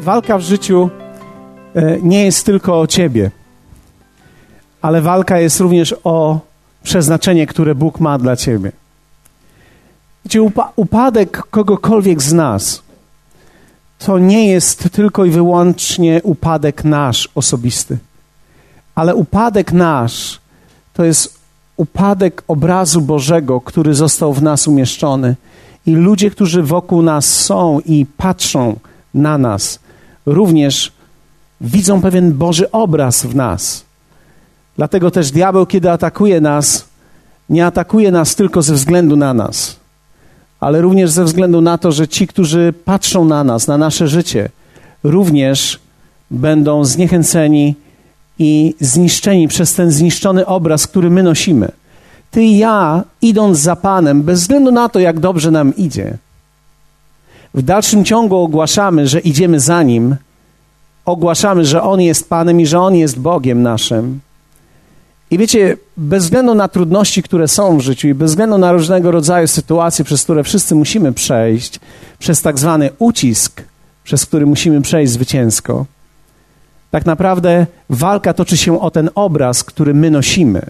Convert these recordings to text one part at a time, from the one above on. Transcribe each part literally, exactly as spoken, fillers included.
walka w życiu nie jest tylko o ciebie, ale walka jest również o przeznaczenie, które Bóg ma dla ciebie. Wiecie, upa- upadek kogokolwiek z nas to nie jest tylko i wyłącznie upadek nasz osobisty, ale upadek nasz to jest upadek obrazu Bożego, który został w nas umieszczony. I ludzie, którzy wokół nas są i patrzą na nas, również widzą pewien Boży obraz w nas. Dlatego też diabeł, kiedy atakuje nas, nie atakuje nas tylko ze względu na nas, ale również ze względu na to, że ci, którzy patrzą na nas, na nasze życie, również będą zniechęceni i zniszczeni przez ten zniszczony obraz, który my nosimy. Ty i ja, idąc za Panem, bez względu na to, jak dobrze nam idzie, w dalszym ciągu ogłaszamy, że idziemy za Nim, ogłaszamy, że On jest Panem i że On jest Bogiem naszym. I wiecie, bez względu na trudności, które są w życiu i bez względu na różnego rodzaju sytuacje, przez które wszyscy musimy przejść, przez tak zwany ucisk, przez który musimy przejść zwycięsko, tak naprawdę walka toczy się o ten obraz, który my nosimy.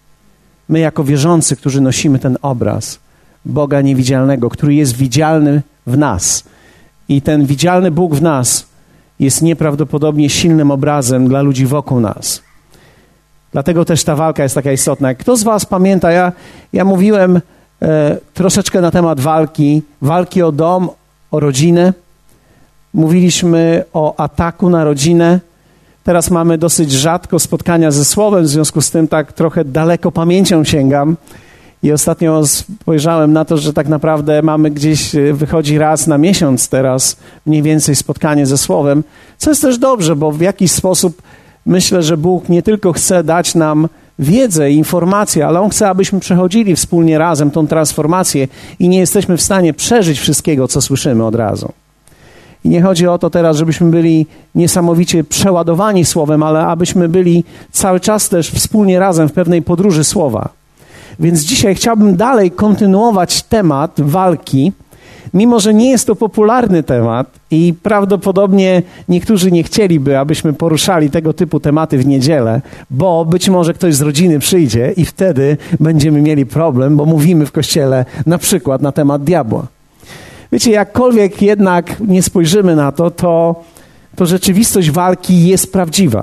My jako wierzący, którzy nosimy ten obraz Boga niewidzialnego, który jest widzialny w nas. I ten widzialny Bóg w nas jest nieprawdopodobnie silnym obrazem dla ludzi wokół nas. Dlatego też ta walka jest taka istotna. Jak kto z was pamięta, ja, ja mówiłem e, troszeczkę na temat walki, walki o dom, o rodzinę. Mówiliśmy o ataku na rodzinę. Teraz mamy dosyć rzadko spotkania ze Słowem, w związku z tym tak trochę daleko pamięcią sięgam. I ostatnio spojrzałem na to, że tak naprawdę mamy gdzieś, wychodzi raz na miesiąc teraz mniej więcej spotkanie ze Słowem, co jest też dobrze, bo w jakiś sposób myślę, że Bóg nie tylko chce dać nam wiedzę i informacje, ale On chce, abyśmy przechodzili wspólnie razem tą transformację i nie jesteśmy w stanie przeżyć wszystkiego, co słyszymy od razu. I nie chodzi o to teraz, żebyśmy byli niesamowicie przeładowani Słowem, ale abyśmy byli cały czas też wspólnie razem w pewnej podróży Słowa. Więc dzisiaj chciałbym dalej kontynuować temat walki, mimo że nie jest to popularny temat i prawdopodobnie niektórzy nie chcieliby, abyśmy poruszali tego typu tematy w niedzielę, bo być może ktoś z rodziny przyjdzie i wtedy będziemy mieli problem, bo mówimy w kościele na przykład na temat diabła. Wiecie, jakkolwiek jednak nie spojrzymy na to, to, to rzeczywistość walki jest prawdziwa.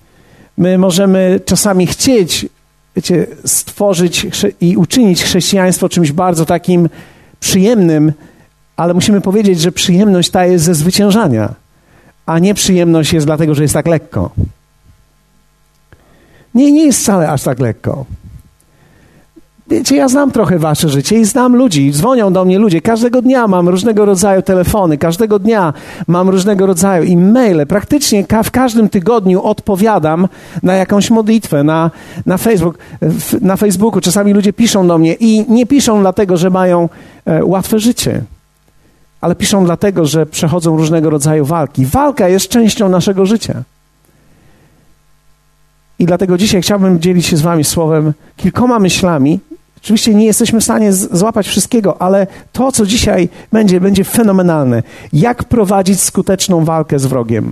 My możemy czasami chcieć, wiecie, stworzyć i uczynić chrześcijaństwo czymś bardzo takim przyjemnym, ale musimy powiedzieć, że przyjemność ta jest ze zwyciężania, a nie przyjemność jest dlatego, że jest tak lekko. Nie, nie jest wcale aż tak lekko. Wiecie, ja znam trochę wasze życie i znam ludzi, dzwonią do mnie ludzie. Każdego dnia mam różnego rodzaju telefony, każdego dnia mam różnego rodzaju e-maile. Praktycznie ka- w każdym tygodniu odpowiadam na jakąś modlitwę, na, na, Facebook, w, na Facebooku. Czasami ludzie piszą do mnie i nie piszą dlatego, że mają e, łatwe życie, ale piszą dlatego, że przechodzą różnego rodzaju walki. Walka jest częścią naszego życia. I dlatego dzisiaj chciałbym dzielić się z wami słowem, kilkoma myślami. Oczywiście nie jesteśmy w stanie z- złapać wszystkiego, ale to, co dzisiaj będzie, będzie fenomenalne. Jak prowadzić skuteczną walkę z wrogiem?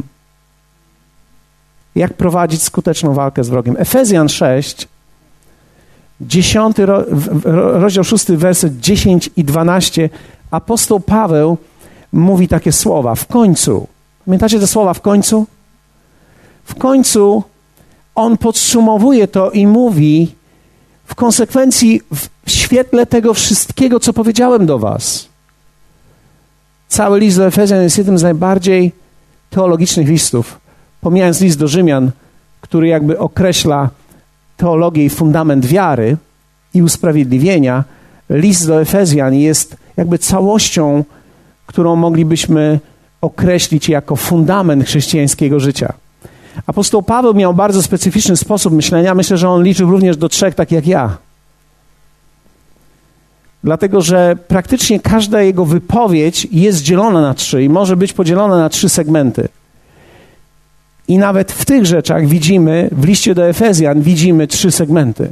Jak prowadzić skuteczną walkę z wrogiem? Efezjan sześć, dziesiąty ro- rozdział szósty, werset dziesięć i dwanaście. Apostoł Paweł mówi takie słowa. W końcu, pamiętacie te słowa w końcu? W końcu on podsumowuje to i mówi w konsekwencji w świetle tego wszystkiego, co powiedziałem do was. Cały list do Efezjan jest jednym z najbardziej teologicznych listów. Pomijając list do Rzymian, który jakby określa teologię i fundament wiary i usprawiedliwienia, list do Efezjan jest jakby całością, którą moglibyśmy określić jako fundament chrześcijańskiego życia. Apostoł Paweł miał bardzo specyficzny sposób myślenia. Myślę, że on liczył również do trzech, tak jak ja. Dlatego, że praktycznie każda jego wypowiedź jest dzielona na trzy i może być podzielona na trzy segmenty. I nawet w tych rzeczach widzimy, w liście do Efezjan widzimy trzy segmenty.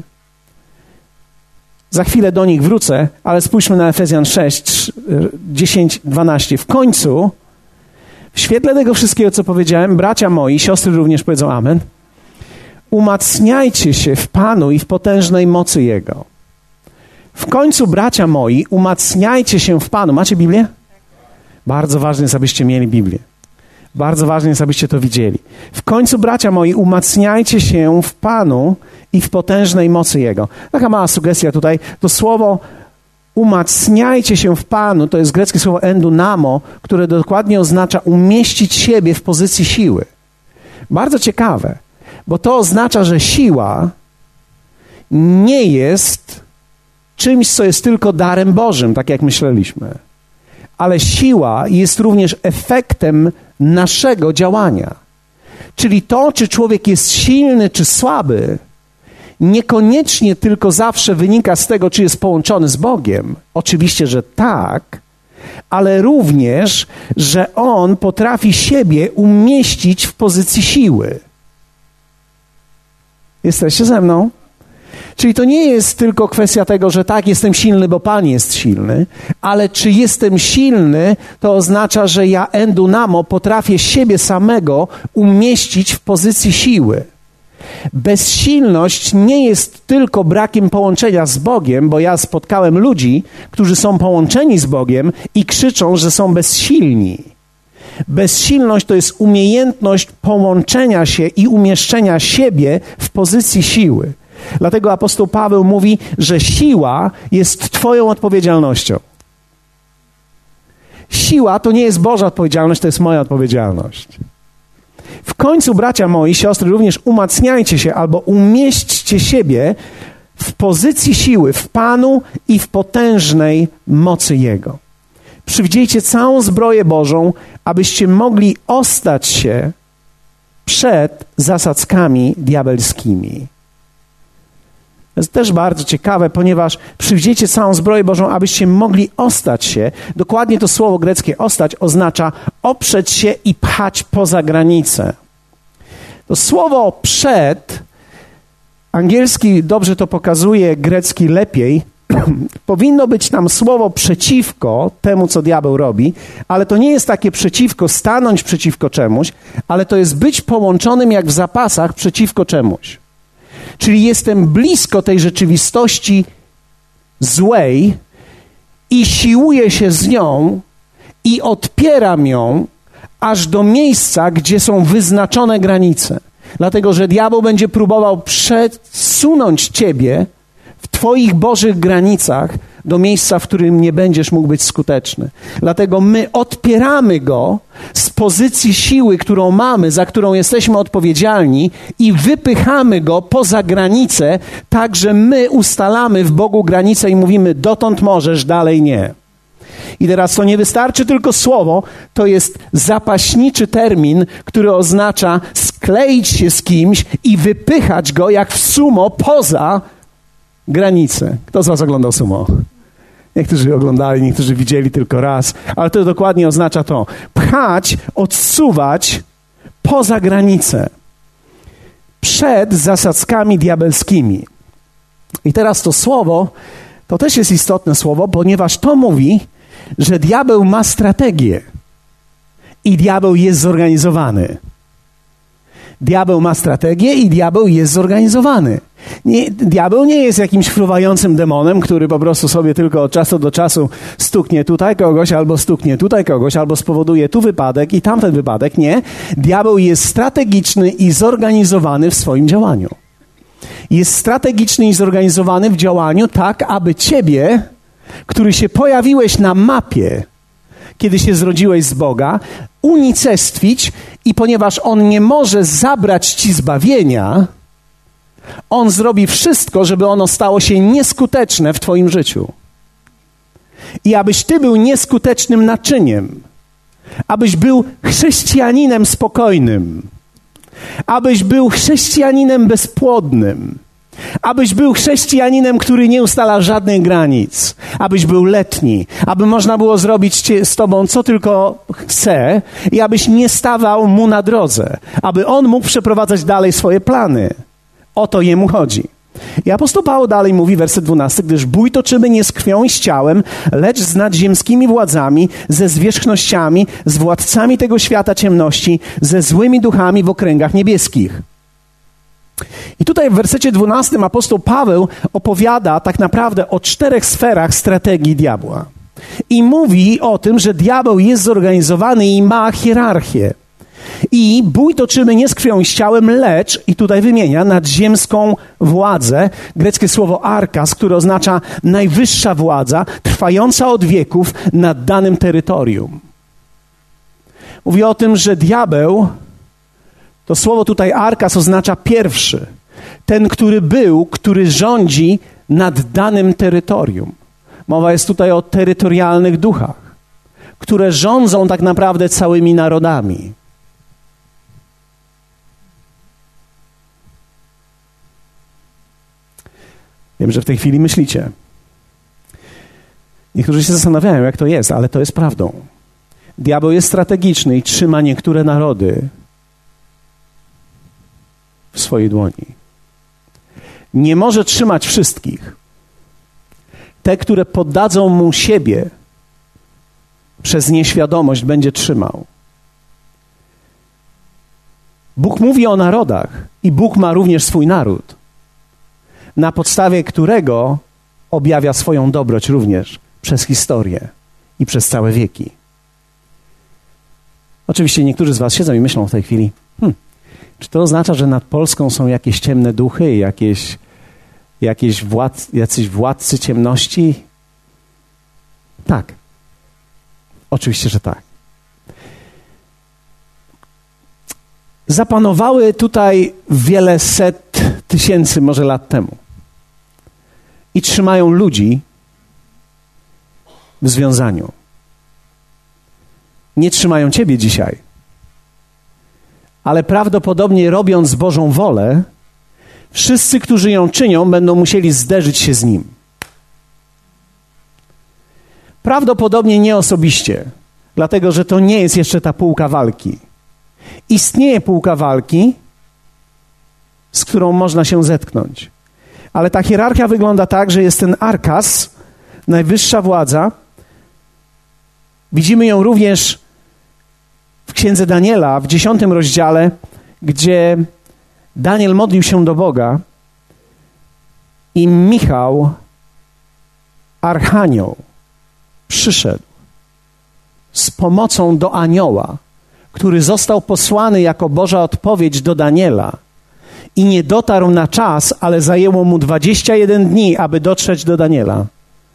Za chwilę do nich wrócę, ale spójrzmy na Efezjan sześć, dziesięć, dwanaście. W końcu W świetle tego wszystkiego, co powiedziałem, bracia moi, siostry również powiedzą amen, umacniajcie się w Panu i w potężnej mocy Jego. W końcu, bracia moi, umacniajcie się w Panu. Macie Biblię? Bardzo ważne jest, abyście mieli Biblię. Bardzo ważne jest, abyście to widzieli. W końcu, bracia moi, umacniajcie się w Panu i w potężnej mocy Jego. Taka mała sugestia tutaj. To słowo umacniajcie się w Panu, to jest greckie słowo endunamo, które dokładnie oznacza umieścić siebie w pozycji siły. Bardzo ciekawe, bo to oznacza, że siła nie jest czymś, co jest tylko darem Bożym, tak jak myśleliśmy. Ale siła jest również efektem naszego działania. Czyli to, czy człowiek jest silny, czy słaby, niekoniecznie tylko zawsze wynika z tego, czy jest połączony z Bogiem. Oczywiście, że tak, ale również, że on potrafi siebie umieścić w pozycji siły. Jesteście ze mną? Czyli to nie jest tylko kwestia tego, że tak, jestem silny, bo Pan jest silny, ale czy jestem silny, to oznacza, że ja endunamo potrafię siebie samego umieścić w pozycji siły. Bezsilność nie jest tylko brakiem połączenia z Bogiem, bo ja spotkałem ludzi, którzy są połączeni z Bogiem i krzyczą, że są bezsilni. Bezsilność to jest umiejętność połączenia się i umieszczenia siebie w pozycji siły. Dlatego apostoł Paweł mówi, że siła jest twoją odpowiedzialnością. Siła to nie jest Boża odpowiedzialność, to jest moja odpowiedzialność. W końcu, bracia moi, siostry, również umacniajcie się albo umieśćcie siebie w pozycji siły, w Panu i w potężnej mocy Jego. Przywdziejcie całą zbroję Bożą, abyście mogli ostać się przed zasadzkami diabelskimi. To jest też bardzo ciekawe, ponieważ przywdziejcie całą zbroję Bożą, abyście mogli ostać się. Dokładnie to słowo greckie ostać oznacza oprzeć się i pchać poza granicę. To słowo przed, angielski dobrze to pokazuje, grecki lepiej. Powinno być tam słowo przeciwko temu, co diabeł robi, ale to nie jest takie przeciwko, stanąć przeciwko czemuś, ale to jest być połączonym jak w zapasach przeciwko czemuś. Czyli jestem blisko tej rzeczywistości złej i siłuję się z nią i odpieram ją aż do miejsca, gdzie są wyznaczone granice. Dlatego, że diabeł będzie próbował przesunąć ciebie w twoich Bożych granicach do miejsca, w którym nie będziesz mógł być skuteczny. Dlatego my odpieramy go z pozycji siły, którą mamy, za którą jesteśmy odpowiedzialni i wypychamy go poza granicę, tak, że my ustalamy w Bogu granicę i mówimy, dotąd możesz, dalej nie. I teraz to nie wystarczy tylko słowo, to jest zapaśniczy termin, który oznacza skleić się z kimś i wypychać go jak w sumo poza granicę. Kto z was oglądał sumo? Niektórzy oglądali, niektórzy widzieli tylko raz, ale to dokładnie oznacza to. Pchać, odsuwać poza granicę. Przed zasadzkami diabelskimi. I teraz to słowo, to też jest istotne słowo, ponieważ to mówi, że diabeł ma strategię i diabeł jest zorganizowany. Diabeł ma strategię i diabeł jest zorganizowany. Nie, diabeł nie jest jakimś fruwającym demonem, który po prostu sobie tylko od czasu do czasu stuknie tutaj kogoś, albo stuknie tutaj kogoś, albo spowoduje tu wypadek i tamten wypadek. Nie. Diabeł jest strategiczny i zorganizowany w swoim działaniu. Jest strategiczny i zorganizowany w działaniu tak, aby ciebie, który się pojawiłeś na mapie, kiedy się zrodziłeś z Boga, unicestwić i ponieważ On nie może zabrać ci zbawienia, On zrobi wszystko, żeby ono stało się nieskuteczne w twoim życiu. I abyś ty był nieskutecznym naczyniem, abyś był chrześcijaninem spokojnym, abyś był chrześcijaninem bezpłodnym, abyś był chrześcijaninem, który nie ustala żadnych granic, abyś był letni, aby można było zrobić z tobą co tylko chce i abyś nie stawał mu na drodze, aby on mógł przeprowadzać dalej swoje plany. O to jemu chodzi. I apostoł Paweł dalej mówi, werset dwunasty, gdyż bój toczymy nie z krwią i z ciałem, lecz z nadziemskimi władzami, ze zwierzchnościami, z władcami tego świata ciemności, ze złymi duchami w okręgach niebieskich. I tutaj w wersecie dwunastym apostoł Paweł opowiada tak naprawdę o czterech sferach strategii diabła. I mówi o tym, że diabeł jest zorganizowany i ma hierarchię. I bój toczymy nie z krwią i z ciałem, lecz, i tutaj wymienia, nadziemską władzę, greckie słowo arkas, które oznacza najwyższa władza, trwająca od wieków nad danym terytorium. Mówi o tym, że diabeł, to słowo tutaj arkas oznacza pierwszy, ten, który był, który rządzi nad danym terytorium. Mowa jest tutaj o terytorialnych duchach, które rządzą tak naprawdę całymi narodami. Wiem, że w tej chwili myślicie. Niektórzy się zastanawiają, jak to jest, ale to jest prawdą. Diabeł jest strategiczny i trzyma niektóre narody w swojej dłoni. Nie może trzymać wszystkich. Te, które poddadzą mu siebie, przez nieświadomość będzie trzymał. Bóg mówi o narodach i Bóg ma również swój naród, na podstawie którego objawia swoją dobroć również przez historię i przez całe wieki. Oczywiście niektórzy z was siedzą i myślą w tej chwili, hmm, czy to oznacza, że nad Polską są jakieś ciemne duchy, jakieś, jakieś władz, jacyś władcy ciemności? Tak. Oczywiście, że tak. Zapanowały tutaj wiele set tysięcy może lat temu i trzymają ludzi w związaniu. Nie trzymają ciebie dzisiaj, ale prawdopodobnie robiąc Bożą wolę, wszyscy, którzy ją czynią, będą musieli zderzyć się z Nim. Prawdopodobnie nie osobiście, dlatego że to nie jest jeszcze ta półka walki. Istnieje półka walki, z którą można się zetknąć. Ale ta hierarchia wygląda tak, że jest ten arkas, najwyższa władza. Widzimy ją również w Księdze Daniela, w dziesiątym rozdziale, gdzie Daniel modlił się do Boga i Michał, archanioł, przyszedł z pomocą do anioła, który został posłany jako Boża odpowiedź do Daniela i nie dotarł na czas, ale zajęło mu dwadzieścia jeden dni, aby dotrzeć do Daniela.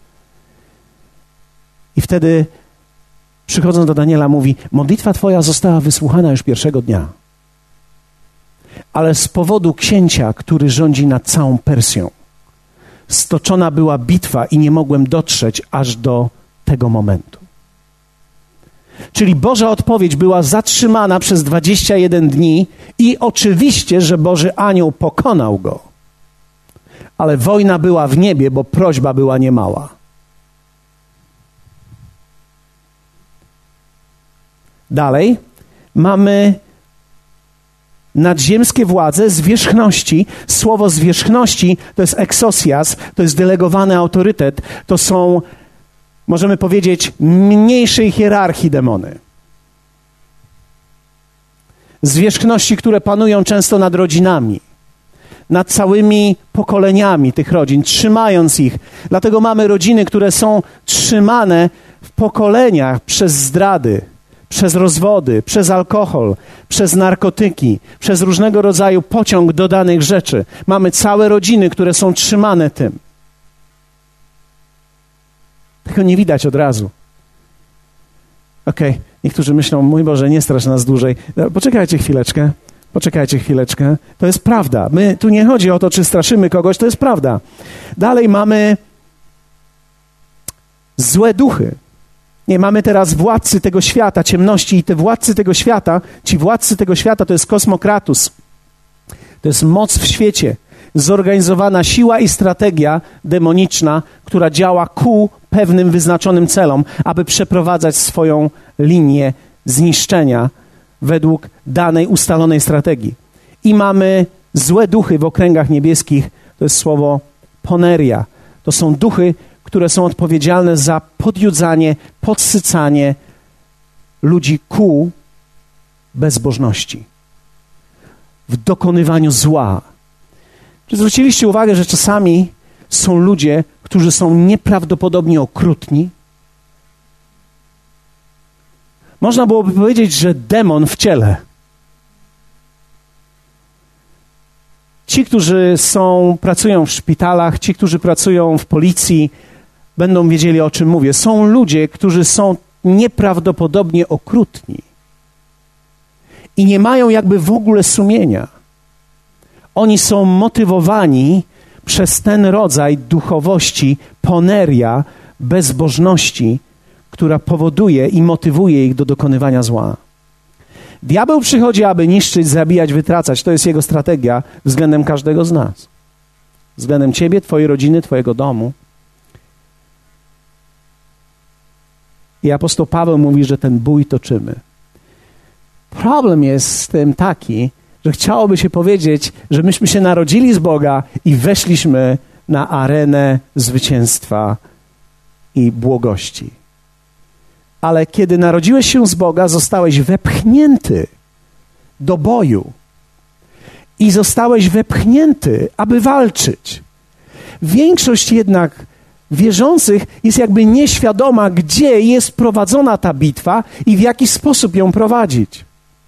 I wtedy przychodząc do Daniela mówi, modlitwa twoja została wysłuchana już pierwszego dnia, ale z powodu księcia, który rządzi nad całą Persją, stoczona była bitwa i nie mogłem dotrzeć aż do tego momentu. Czyli Boża odpowiedź była zatrzymana przez dwadzieścia jeden dni i oczywiście, że Boży anioł pokonał go. Ale wojna była w niebie, bo prośba była niemała. Dalej mamy nadziemskie władze, zwierzchności. Słowo zwierzchności to jest exousias, to jest delegowany autorytet. To są, możemy powiedzieć, mniejszej hierarchii demony. Zwierzchności, które panują często nad rodzinami, nad całymi pokoleniami tych rodzin, trzymając ich. Dlatego mamy rodziny, które są trzymane w pokoleniach przez zdrady, przez rozwody, przez alkohol, przez narkotyki, przez różnego rodzaju pociąg do danych rzeczy. Mamy całe rodziny, które są trzymane tym. Tego nie widać od razu. Okej, okay. Niektórzy myślą, mój Boże, nie strasz nas dłużej. Poczekajcie chwileczkę, poczekajcie chwileczkę. To jest prawda. My, tu nie chodzi o to, czy straszymy kogoś, to jest prawda. Dalej mamy złe duchy. Nie, mamy teraz władcy tego świata, ciemności i te władcy tego świata, ci władcy tego świata to jest kosmokratus. To jest moc w świecie, zorganizowana siła i strategia demoniczna, która działa ku pewnym wyznaczonym celom, aby przeprowadzać swoją linię zniszczenia według danej ustalonej strategii. I mamy złe duchy w okręgach niebieskich to jest słowo poneria. To są duchy, które są odpowiedzialne za podjudzanie, podsycanie ludzi ku bezbożności, w dokonywaniu zła. Czy zwróciliście uwagę, że czasami są ludzie, którzy są nieprawdopodobnie okrutni? Można byłoby powiedzieć, że demon w ciele. Ci, którzy są, pracują w szpitalach, ci, którzy pracują w policji, będą wiedzieli, o czym mówię. Są ludzie, którzy są nieprawdopodobnie okrutni i nie mają jakby w ogóle sumienia. Oni są motywowani przez ten rodzaj duchowości, poneria, bezbożności, która powoduje i motywuje ich do dokonywania zła. Diabeł przychodzi, aby niszczyć, zabijać, wytracać. To jest jego strategia względem każdego z nas. Względem ciebie, twojej rodziny, twojego domu. I apostoł Paweł mówi, że ten bój toczymy. Problem jest z tym taki, że chciałoby się powiedzieć, że myśmy się narodzili z Boga i weszliśmy na arenę zwycięstwa i błogości. Ale kiedy narodziłeś się z Boga, zostałeś wepchnięty do boju i zostałeś wepchnięty, aby walczyć. Większość jednak wierzących jest jakby nieświadoma, gdzie jest prowadzona ta bitwa i w jaki sposób ją prowadzić.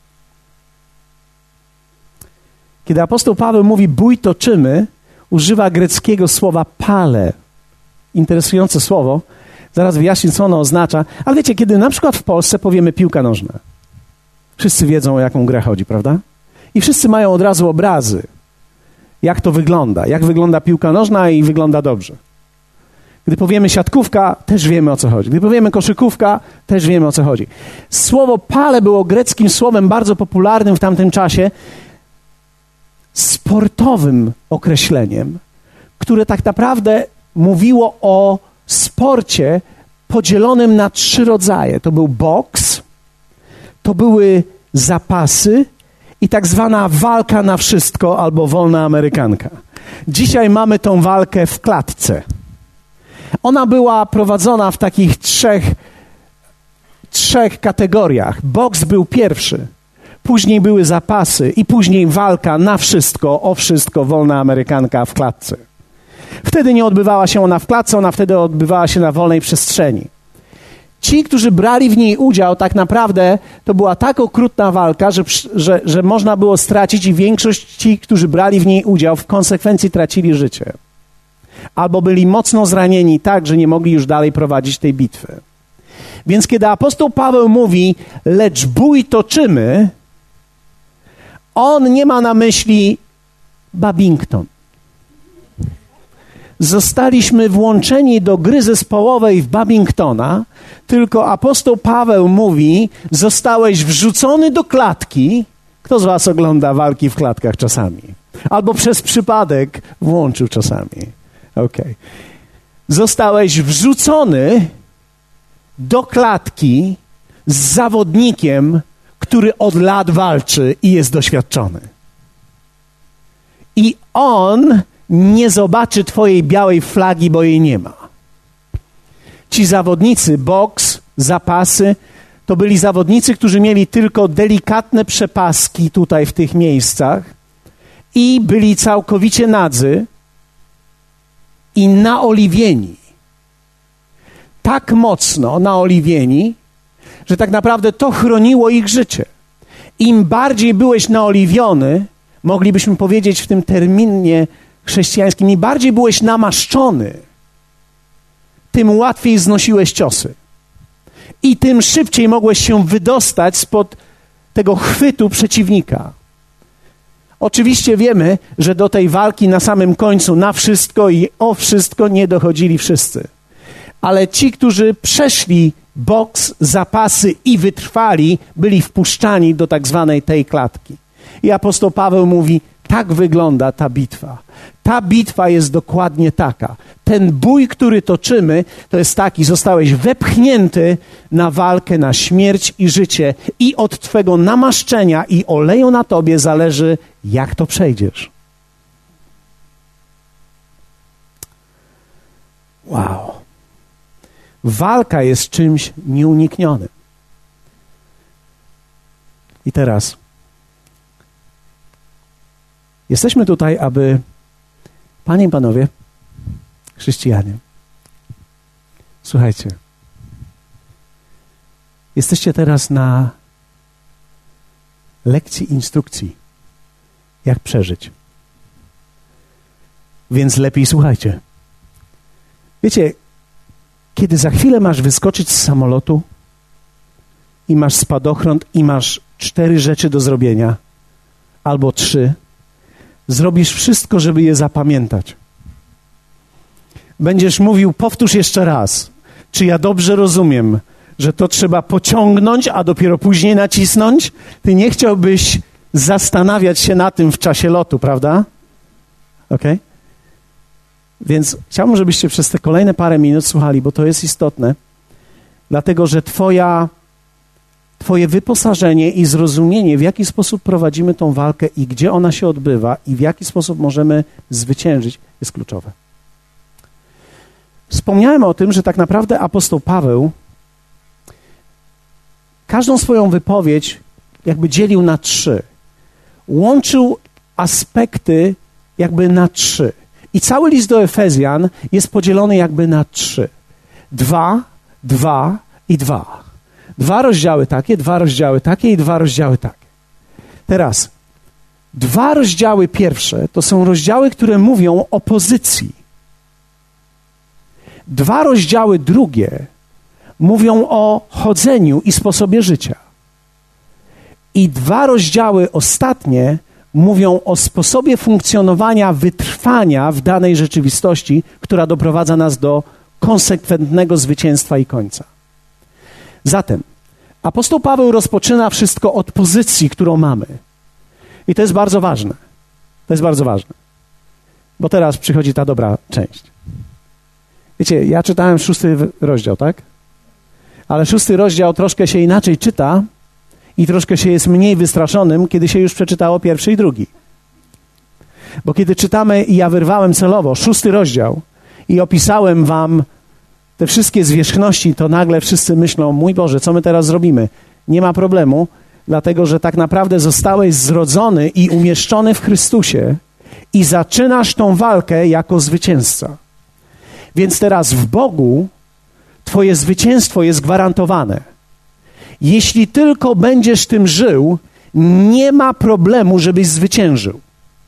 Kiedy apostoł Paweł mówi bój toczymy, używa greckiego słowa pale. Interesujące słowo. Zaraz wyjaśnię, co ono oznacza. Ale wiecie, kiedy na przykład w Polsce powiemy piłka nożna, wszyscy wiedzą, o jaką grę chodzi, prawda? I wszyscy mają od razu obrazy, jak to wygląda, jak wygląda piłka nożna i wygląda dobrze. Gdy powiemy siatkówka, też wiemy, o co chodzi. Gdy powiemy koszykówka, też wiemy, o co chodzi. Słowo pale było greckim słowem bardzo popularnym w tamtym czasie, sportowym określeniem, które tak naprawdę mówiło o sporcie podzielonym na trzy rodzaje. To był boks, to były zapasy i tak zwana walka na wszystko albo wolna amerykanka. Dzisiaj mamy tą walkę w klatce. Ona była prowadzona w takich trzech, trzech kategoriach. Boks był pierwszy, później były zapasy i później walka na wszystko, o wszystko, wolna amerykanka w klatce. Wtedy nie odbywała się ona w klatce, ona wtedy odbywała się na wolnej przestrzeni. Ci, którzy brali w niej udział, tak naprawdę to była tak okrutna walka, że, że, że można było stracić i większość ci, którzy brali w niej udział, w konsekwencji tracili życie. Albo byli mocno zranieni tak, że nie mogli już dalej prowadzić tej bitwy. Więc kiedy apostoł Paweł mówi, lecz bój toczymy, on nie ma na myśli Babington. Zostaliśmy włączeni do gry zespołowej w Babingtona, tylko apostoł Paweł mówi, zostałeś wrzucony do klatki. Kto z was ogląda walki w klatkach czasami? Albo przez przypadek włączył czasami. Okay. Zostałeś wrzucony do klatki z zawodnikiem, który od lat walczy i jest doświadczony. I on nie zobaczy twojej białej flagi, bo jej nie ma. Ci zawodnicy, boks, zapasy, to byli zawodnicy, którzy mieli tylko delikatne przepaski tutaj w tych miejscach i byli całkowicie nadzy i naoliwieni. Tak mocno naoliwieni, że tak naprawdę to chroniło ich życie. Im bardziej byłeś naoliwiony, moglibyśmy powiedzieć w tym terminie chrześcijańskim, im bardziej byłeś namaszczony, tym łatwiej znosiłeś ciosy. I tym szybciej mogłeś się wydostać spod tego chwytu przeciwnika. Oczywiście wiemy, że do tej walki na samym końcu na wszystko i o wszystko nie dochodzili wszyscy. Ale ci, którzy przeszli boks, zapasy i wytrwali, byli wpuszczani do tak zwanej tej klatki. I apostoł Paweł mówi, tak wygląda ta bitwa. Ta bitwa jest dokładnie taka. Ten bój, który toczymy, to jest taki, zostałeś wepchnięty na walkę, na śmierć i życie i od twego namaszczenia i oleju na tobie zależy, jak to przejdziesz. Walka jest czymś nieuniknionym. I teraz jesteśmy tutaj, aby, panie i panowie, chrześcijanie, słuchajcie, jesteście teraz na lekcji instrukcji, jak przeżyć. Więc lepiej słuchajcie. Wiecie, kiedy za chwilę masz wyskoczyć z samolotu i masz spadochron i masz cztery rzeczy do zrobienia, albo trzy, zrobisz wszystko, żeby je zapamiętać. Będziesz mówił, powtórz jeszcze raz, czy ja dobrze rozumiem, że to trzeba pociągnąć, a dopiero później nacisnąć? Ty nie chciałbyś zastanawiać się na tym w czasie lotu, prawda? Okej? Więc chciałbym, żebyście przez te kolejne parę minut słuchali, bo to jest istotne, dlatego że twoja, twoje wyposażenie i zrozumienie, w jaki sposób prowadzimy tą walkę i gdzie ona się odbywa i w jaki sposób możemy zwyciężyć, jest kluczowe. Wspomniałem o tym, że tak naprawdę apostoł Paweł każdą swoją wypowiedź jakby dzielił na trzy. Łączył aspekty jakby na trzy. I cały list do Efezjan jest podzielony jakby na trzy. Dwa, dwa i dwa. Dwa rozdziały takie, dwa rozdziały takie i dwa rozdziały takie. Teraz, dwa rozdziały pierwsze to są rozdziały, które mówią o pozycji. Dwa rozdziały drugie mówią o chodzeniu i sposobie życia. I dwa rozdziały ostatnie mówią o sposobie funkcjonowania, wytrwania w danej rzeczywistości, która doprowadza nas do konsekwentnego zwycięstwa i końca. Zatem apostoł Paweł rozpoczyna wszystko od pozycji, którą mamy. I to jest bardzo ważne. To jest bardzo ważne. Bo teraz przychodzi ta dobra część. Wiecie, ja czytałem szósty rozdział, tak? Ale szósty rozdział troszkę się inaczej czyta i troszkę się jest mniej wystraszonym, kiedy się już przeczytało pierwszy i drugi. Bo kiedy czytamy, i ja wyrwałem celowo szósty rozdział i opisałem wam te wszystkie zwierzchności, to nagle wszyscy myślą, mój Boże, co my teraz zrobimy? Nie ma problemu, dlatego że tak naprawdę zostałeś zrodzony i umieszczony w Chrystusie i zaczynasz tą walkę jako zwycięzca. Więc teraz w Bogu twoje zwycięstwo jest gwarantowane. Jeśli tylko będziesz tym żył, nie ma problemu, żebyś zwyciężył.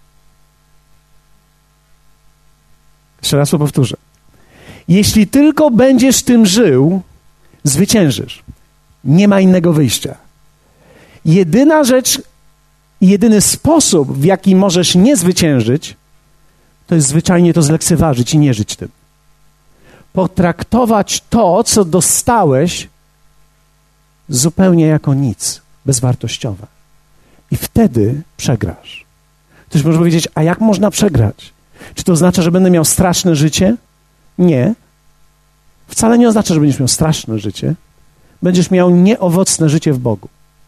Jeszcze raz to powtórzę. Jeśli tylko będziesz tym żył, zwyciężysz. Nie ma innego wyjścia. Jedyna rzecz, jedyny sposób, w jaki możesz nie zwyciężyć, to jest zwyczajnie to zlekceważyć i nie żyć tym. Potraktować to, co dostałeś, zupełnie jako nic, bezwartościowe. I wtedy przegrasz. Ktoś może powiedzieć, a jak można przegrać? Czy to oznacza, że będę miał straszne życie? Nie. Wcale nie oznacza, że będziesz miał straszne życie. Będziesz miał nieowocne życie w Bogu.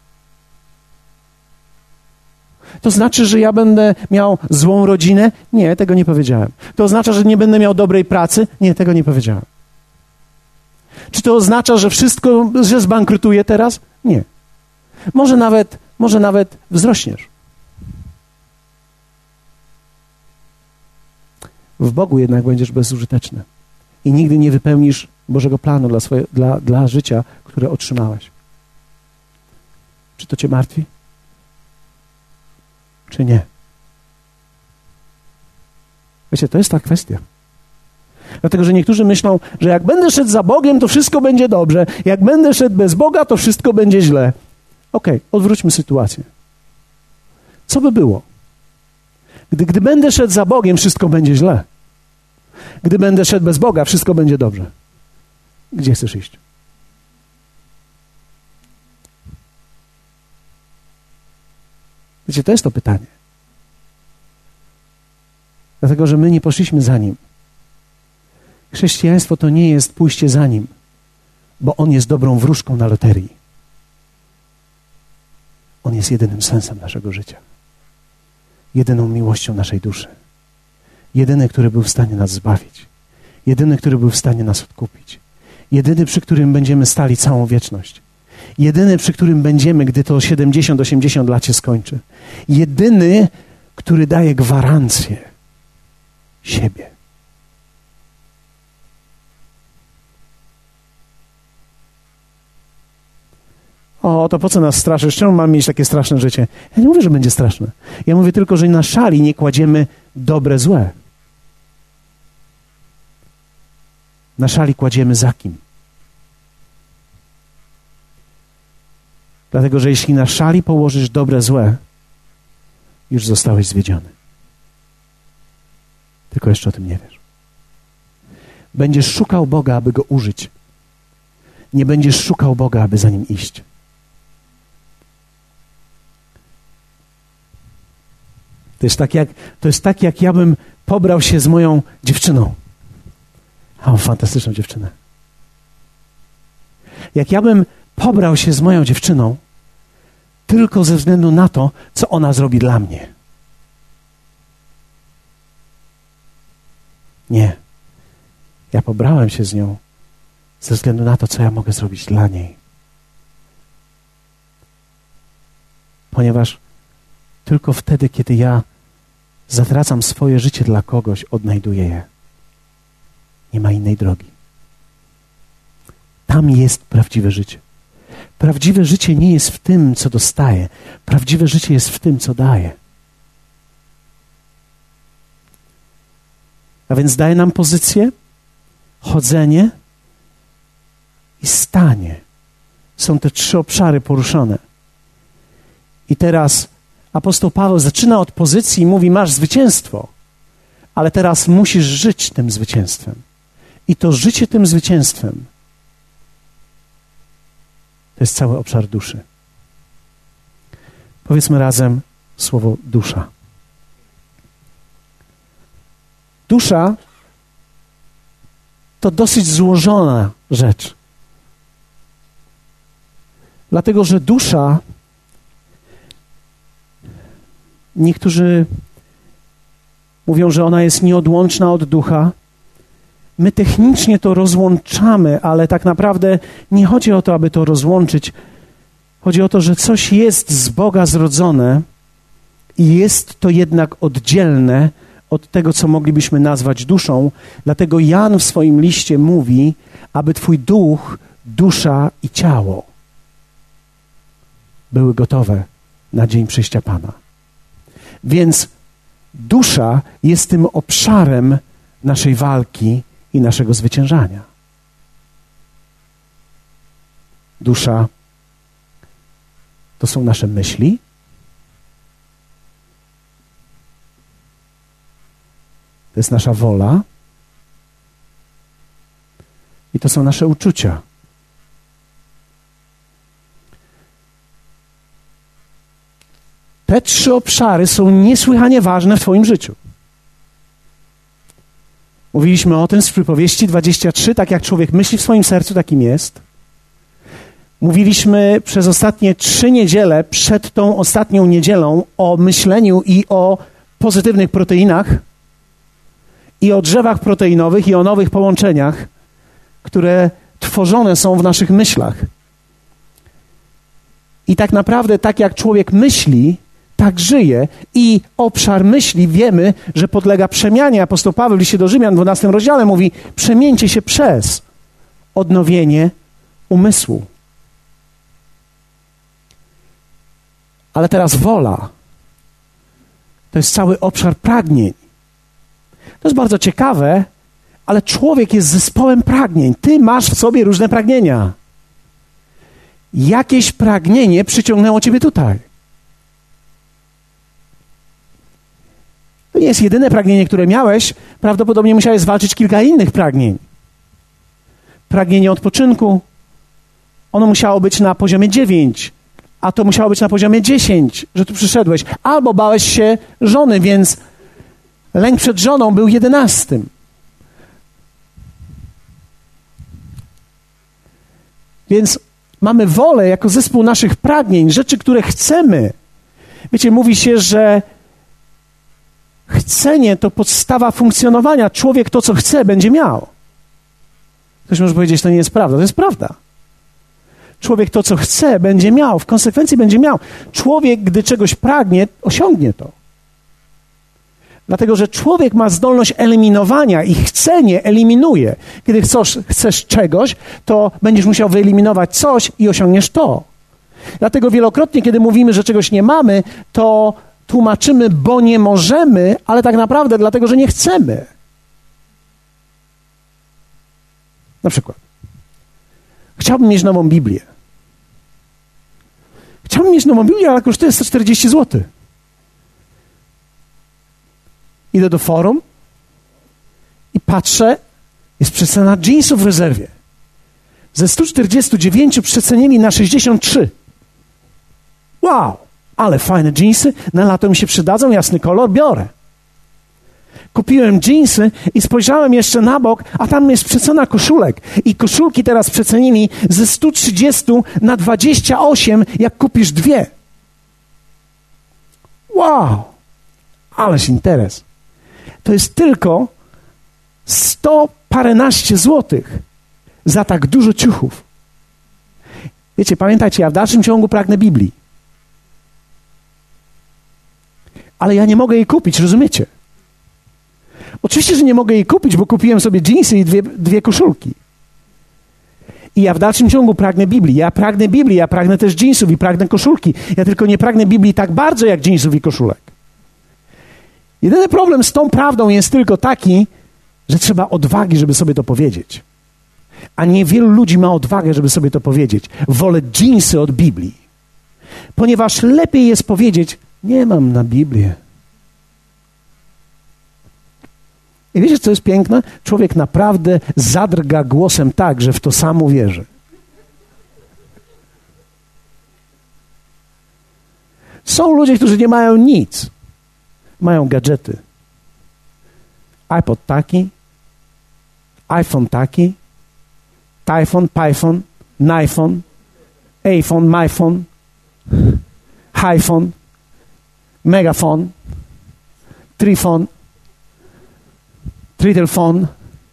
To znaczy, że ja będę miał złą rodzinę? Nie, tego nie powiedziałem. To oznacza, że nie będę miał dobrej pracy? Nie, tego nie powiedziałem. Czy to oznacza, że wszystko, że zbankrutuję teraz? Nie. Może nawet, może nawet wzrośniesz. W Bogu jednak będziesz bezużyteczny i nigdy nie wypełnisz Bożego planu dla, swoje, dla, dla życia, które otrzymałeś. Czy to cię martwi? Czy nie? Wiecie, to jest ta kwestia. Dlatego, że niektórzy myślą, że jak będę szedł za Bogiem, to wszystko będzie dobrze. Jak będę szedł bez Boga, to wszystko będzie źle. Okej, okay, odwróćmy sytuację. Co by było? Gdy, gdy będę szedł za Bogiem, wszystko będzie źle. Gdy będę szedł bez Boga, wszystko będzie dobrze. Gdzie chcesz iść? Wiecie, to jest to pytanie. Dlatego, że my nie poszliśmy za Nim. Chrześcijaństwo to nie jest pójście za Nim, bo On jest dobrą wróżką na loterii. On jest jedynym sensem naszego życia. Jedyną miłością naszej duszy. Jedyny, który był w stanie nas zbawić. Jedyny, który był w stanie nas odkupić. Jedyny, przy którym będziemy stali całą wieczność. Jedyny, przy którym będziemy, gdy to siedemdziesiąt osiemdziesiąt lat się skończy. Jedyny, który daje gwarancję siebie. O, to po co nas straszysz? Czemu mamy mieć takie straszne życie? Ja nie mówię, że będzie straszne. Ja mówię tylko, że na szali nie kładziemy dobre, złe. Na szali kładziemy za kim? Dlatego, że jeśli na szali położysz dobre, złe, już zostałeś zwiedziony. Tylko jeszcze o tym nie wiesz. Będziesz szukał Boga, aby Go użyć. Nie będziesz szukał Boga, aby za Nim iść. To jest tak jak, to jest tak, jak ja bym pobrał się z moją dziewczyną. A mam fantastyczną dziewczynę. Jak ja bym pobrał się z moją dziewczyną tylko ze względu na to, co ona zrobi dla mnie. Nie. Ja pobrałem się z nią ze względu na to, co ja mogę zrobić dla niej. Ponieważ tylko wtedy, kiedy ja zatracam swoje życie dla kogoś, odnajduję je. Nie ma innej drogi. Tam jest prawdziwe życie. Prawdziwe życie nie jest w tym, co dostaję. Prawdziwe życie jest w tym, co daję. A więc daje nam pozycję, chodzenie i stanie. Są te trzy obszary poruszone. I teraz apostoł Paweł zaczyna od pozycji i mówi, masz zwycięstwo, ale teraz musisz żyć tym zwycięstwem. I to życie tym zwycięstwem to jest cały obszar duszy. Powiedzmy razem słowo dusza. Dusza to dosyć złożona rzecz. Dlatego, że dusza, niektórzy mówią, że ona jest nieodłączna od ducha. My technicznie to rozłączamy, ale tak naprawdę nie chodzi o to, aby to rozłączyć. Chodzi o to, że coś jest z Boga zrodzone i jest to jednak oddzielne od tego, co moglibyśmy nazwać duszą. Dlatego Jan w swoim liście mówi, aby twój duch, dusza i ciało były gotowe na dzień przyjścia Pana. Więc dusza jest tym obszarem naszej walki i naszego zwyciężania. Dusza to są nasze myśli, to jest nasza wola i to są nasze uczucia. Te trzy obszary są niesłychanie ważne w twoim życiu. Mówiliśmy o tym z Przypowieści dwadzieścia trzy, tak jak człowiek myśli w swoim sercu, takim jest. Mówiliśmy przez ostatnie trzy niedziele, przed tą ostatnią niedzielą, o myśleniu i o pozytywnych proteinach, i o drzewach proteinowych, i o nowych połączeniach, które tworzone są w naszych myślach. I tak naprawdę, tak jak człowiek myśli, tak żyje. I obszar myśli wiemy, że podlega przemianie. Apostoł Paweł w liście do Rzymian w dwunastym rozdziale mówi, przemieńcie się przez odnowienie umysłu. Ale teraz wola to jest cały obszar pragnień. To jest bardzo ciekawe, ale człowiek jest zespołem pragnień. Ty masz w sobie różne pragnienia. Jakieś pragnienie przyciągnęło ciebie tutaj. To nie jest jedyne pragnienie, które miałeś. Prawdopodobnie musiałeś zwalczyć kilka innych pragnień. Pragnienie odpoczynku. Ono musiało być na poziomie dziewięć, a to musiało być na poziomie dziesięć, że tu przyszedłeś. Albo bałeś się żony, więc lęk przed żoną był jedenastym. Więc mamy wolę jako zespół naszych pragnień, rzeczy, które chcemy. Wiecie, mówi się, że chcenie to podstawa funkcjonowania. Człowiek to, co chce, będzie miał. Ktoś może powiedzieć, to nie jest prawda. To jest prawda. Człowiek to, co chce, będzie miał. W konsekwencji będzie miał. Człowiek, gdy czegoś pragnie, osiągnie to. Dlatego, że człowiek ma zdolność eliminowania i chcenie eliminuje. Kiedy chcesz, chcesz czegoś, to będziesz musiał wyeliminować coś i osiągniesz to. Dlatego wielokrotnie, kiedy mówimy, że czegoś nie mamy, to tłumaczymy, bo nie możemy, ale tak naprawdę dlatego, że nie chcemy. Na przykład, chciałbym mieć nową Biblię. Chciałbym mieć nową Biblię, ale kosztuje sto czterdzieści złotych. Idę do forum i patrzę, jest przecena jeansów w rezerwie. Ze stu czterdziestu dziewięciu przecenili na sześćdziesiąt trzy. Wow, ale fajne jeansy, na lato mi się przydadzą, jasny kolor, biorę. Kupiłem jeansy i spojrzałem jeszcze na bok, a tam jest przecena koszulek. I koszulki teraz przecenili ze stu trzydziestu na dwadzieścia osiem, jak kupisz dwie. Wow, ależ interes. To jest tylko sto paręnaście złotych za tak dużo ciuchów. Wiecie, pamiętajcie, ja w dalszym ciągu pragnę Biblii. Ale ja nie mogę jej kupić, rozumiecie? Oczywiście, że nie mogę jej kupić, bo kupiłem sobie dżinsy i dwie, dwie koszulki. I ja w dalszym ciągu pragnę Biblii. Ja pragnę Biblii, ja pragnę też dżinsów i pragnę koszulki. Ja tylko nie pragnę Biblii tak bardzo, jak dżinsów i koszulek. Jedyny problem z tą prawdą jest tylko taki, że trzeba odwagi, żeby sobie to powiedzieć. A niewielu ludzi ma odwagę, żeby sobie to powiedzieć. Wolę dżinsy od Biblii. Ponieważ lepiej jest powiedzieć, nie mam na Biblię. I wiecie, co jest piękne? Człowiek naprawdę zadrga głosem tak, że w to sam uwierzy. Są ludzie, którzy nie mają nic. Mają gadżety. iPod taki, iPhone taki, Typhon, Python, Niphon, iPhone, MyPhone, Highphone, Megafon, Trifon, Tritelfon.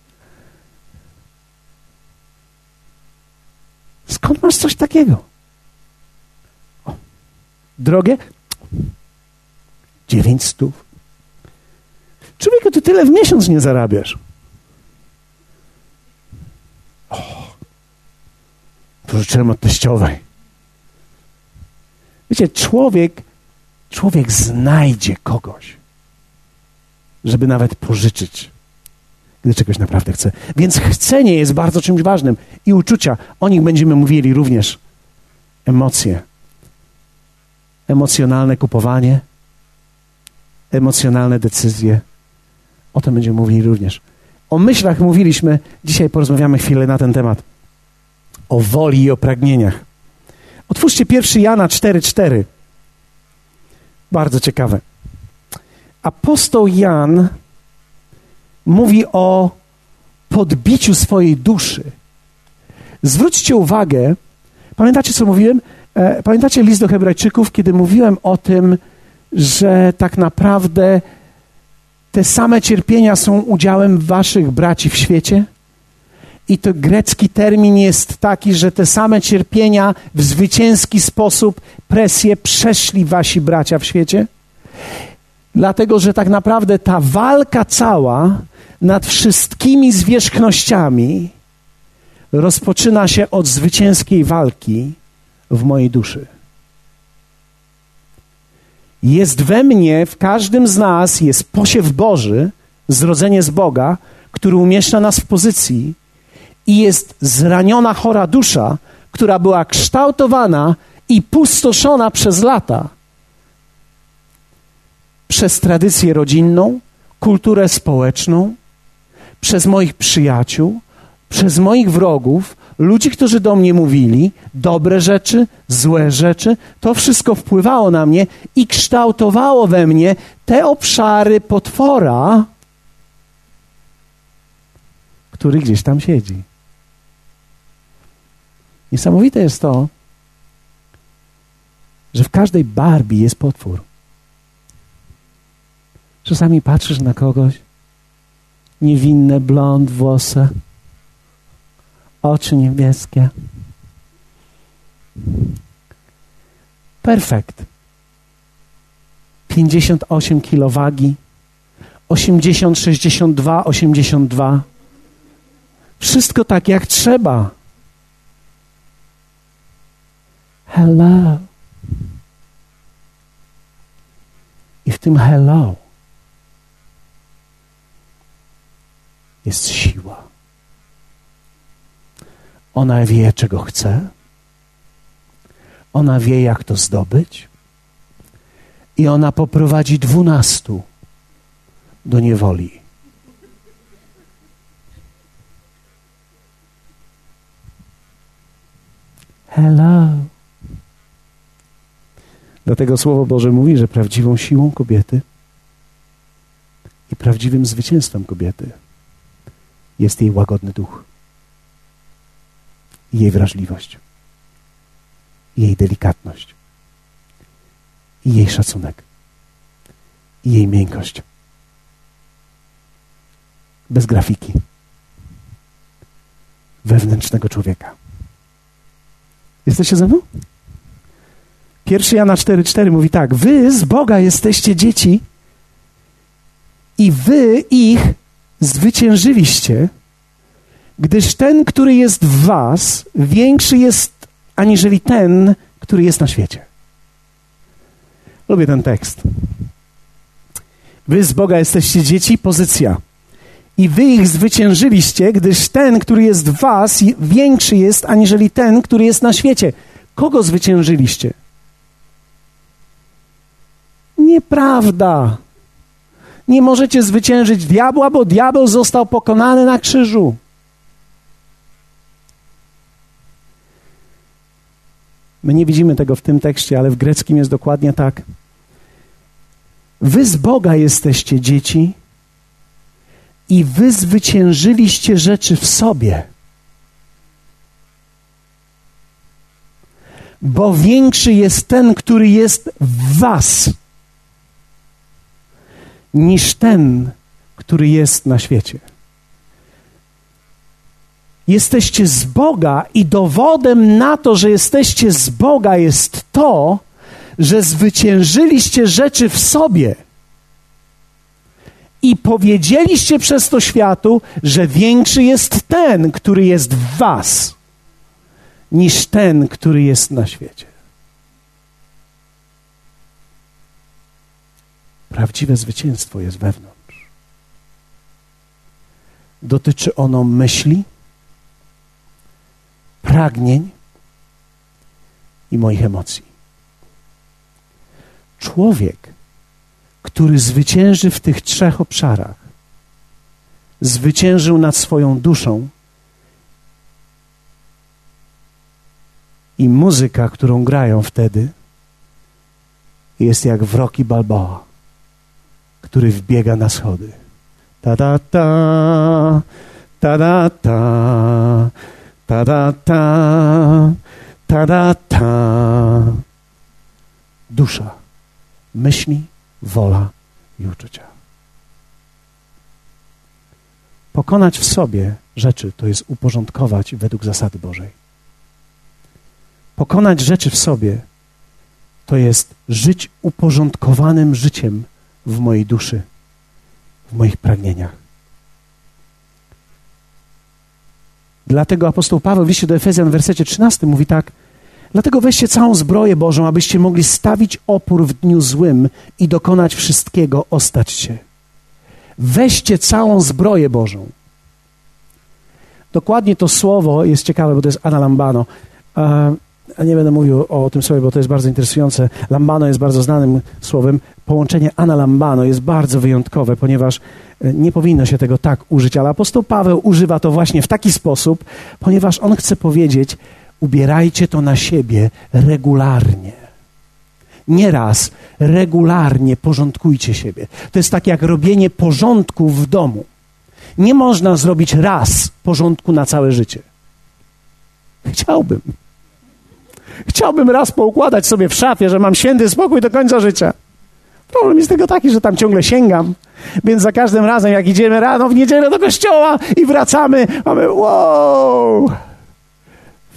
Skąd masz coś takiego? O, drogie? Dziewięć stów. Człowieku, ty tyle w miesiąc nie zarabiasz. O, pożyczyłem od teściowej. Wiecie, człowiek, człowiek znajdzie kogoś, żeby nawet pożyczyć, gdy czegoś naprawdę chce. Więc chcenie jest bardzo czymś ważnym. I uczucia, o nich będziemy mówili również. Emocje. Emocjonalne kupowanie, emocjonalne decyzje. O tym będziemy mówili również. O myślach mówiliśmy, dzisiaj porozmawiamy chwilę na ten temat. O woli i o pragnieniach. Otwórzcie pierwszy Jana cztery cztery. Bardzo ciekawe. Apostoł Jan mówi o podbiciu swojej duszy. Zwróćcie uwagę, pamiętacie, co mówiłem? E, pamiętacie list do Hebrajczyków, kiedy mówiłem o tym, że tak naprawdę te same cierpienia są udziałem waszych braci w świecie? I to grecki termin jest taki, że te same cierpienia w zwycięski sposób, presję przeszli wasi bracia w świecie? Dlatego, że tak naprawdę ta walka cała nad wszystkimi zwierzchnościami rozpoczyna się od zwycięskiej walki w mojej duszy. Jest we mnie, w każdym z nas jest posiew Boży, zrodzenie z Boga, który umieszcza nas w pozycji i jest zraniona, chora dusza, która była kształtowana i pustoszona przez lata. Przez tradycję rodzinną, kulturę społeczną, przez moich przyjaciół, przez moich wrogów, ludzi, którzy do mnie mówili, dobre rzeczy, złe rzeczy, to wszystko wpływało na mnie i kształtowało we mnie te obszary potwora, który gdzieś tam siedzi. Niesamowite jest to, że w każdej Barbie jest potwór. Czasami patrzysz na kogoś, niewinne, blond, włosa, Oczy niebieskie. Perfekt. pięćdziesiąt osiem kilo wagi. osiemdziesiąt, sześćdziesiąt dwa, osiemdziesiąt dwa. Wszystko tak jak trzeba. Hello. I w tym hello jest siła. Ona wie, czego chce. Ona wie, jak to zdobyć. I ona poprowadzi dwunastu do niewoli. Hello. Dlatego Słowo Boże mówi, że prawdziwą siłą kobiety i prawdziwym zwycięstwem kobiety jest jej łagodny duch, jej wrażliwość, jej delikatność, i jej szacunek, i jej miękkość. Bez grafiki wewnętrznego człowieka. Jesteście ze mną? Pierwszy Jana cztery cztery mówi tak: wy z Boga jesteście dzieci i wy ich zwyciężyliście, gdyż ten, który jest w was, większy jest aniżeli ten, który jest na świecie. Lubię ten tekst. Wy z Boga jesteście dzieci, pozycja. I wy ich zwyciężyliście, gdyż ten, który jest w was, większy jest aniżeli ten, który jest na świecie. Kogo zwyciężyliście? Nieprawda. Nie możecie zwyciężyć diabła, bo diabeł został pokonany na krzyżu. My nie widzimy tego w tym tekście, ale w greckim jest dokładnie tak. Wy z Boga jesteście dzieci i wy zwyciężyliście rzeczy w sobie. Bo większy jest ten, który jest w was, niż ten, który jest na świecie. Jesteście z Boga i dowodem na to, że jesteście z Boga, jest to, że zwyciężyliście rzeczy w sobie i powiedzieliście przez to światu, że większy jest ten, który jest w was, niż ten, który jest na świecie. Prawdziwe zwycięstwo jest wewnątrz. Dotyczy ono myśli, pragnień i moich emocji. Człowiek, który zwycięży w tych trzech obszarach, zwyciężył nad swoją duszą i muzyka, którą grają wtedy, jest jak w Rocky Balboa, który wbiega na schody. Ta da ta, ta da ta, ta da ta, ta da ta. Dusza, myśli, wola i uczucia. Pokonać w sobie rzeczy to jest uporządkować według zasady Bożej. Pokonać rzeczy w sobie to jest żyć uporządkowanym życiem w mojej duszy, w moich pragnieniach. Dlatego apostoł Paweł w liście do Efezjan w wersecie trzynastym mówi tak: dlatego weźcie całą zbroję Bożą, abyście mogli stawić opór w dniu złym i dokonać wszystkiego, ostać się. Weźcie całą zbroję Bożą. Dokładnie to słowo jest ciekawe, bo to jest analambano. A nie będę mówił o tym słowie, bo to jest bardzo interesujące. Lambano jest bardzo znanym słowem. Połączenie analambano jest bardzo wyjątkowe, ponieważ nie powinno się tego tak użyć, ale apostoł Paweł używa to właśnie w taki sposób, ponieważ on chce powiedzieć: ubierajcie to na siebie regularnie. Nie raz, regularnie porządkujcie siebie. To jest tak jak robienie porządku w domu. Nie można zrobić raz porządku na całe życie. Chciałbym. Chciałbym raz poukładać sobie w szafie, że mam święty spokój do końca życia. Problem jest tylko taki, że tam ciągle sięgam. Więc za każdym razem, jak idziemy rano w niedzielę do kościoła i wracamy, mamy wow,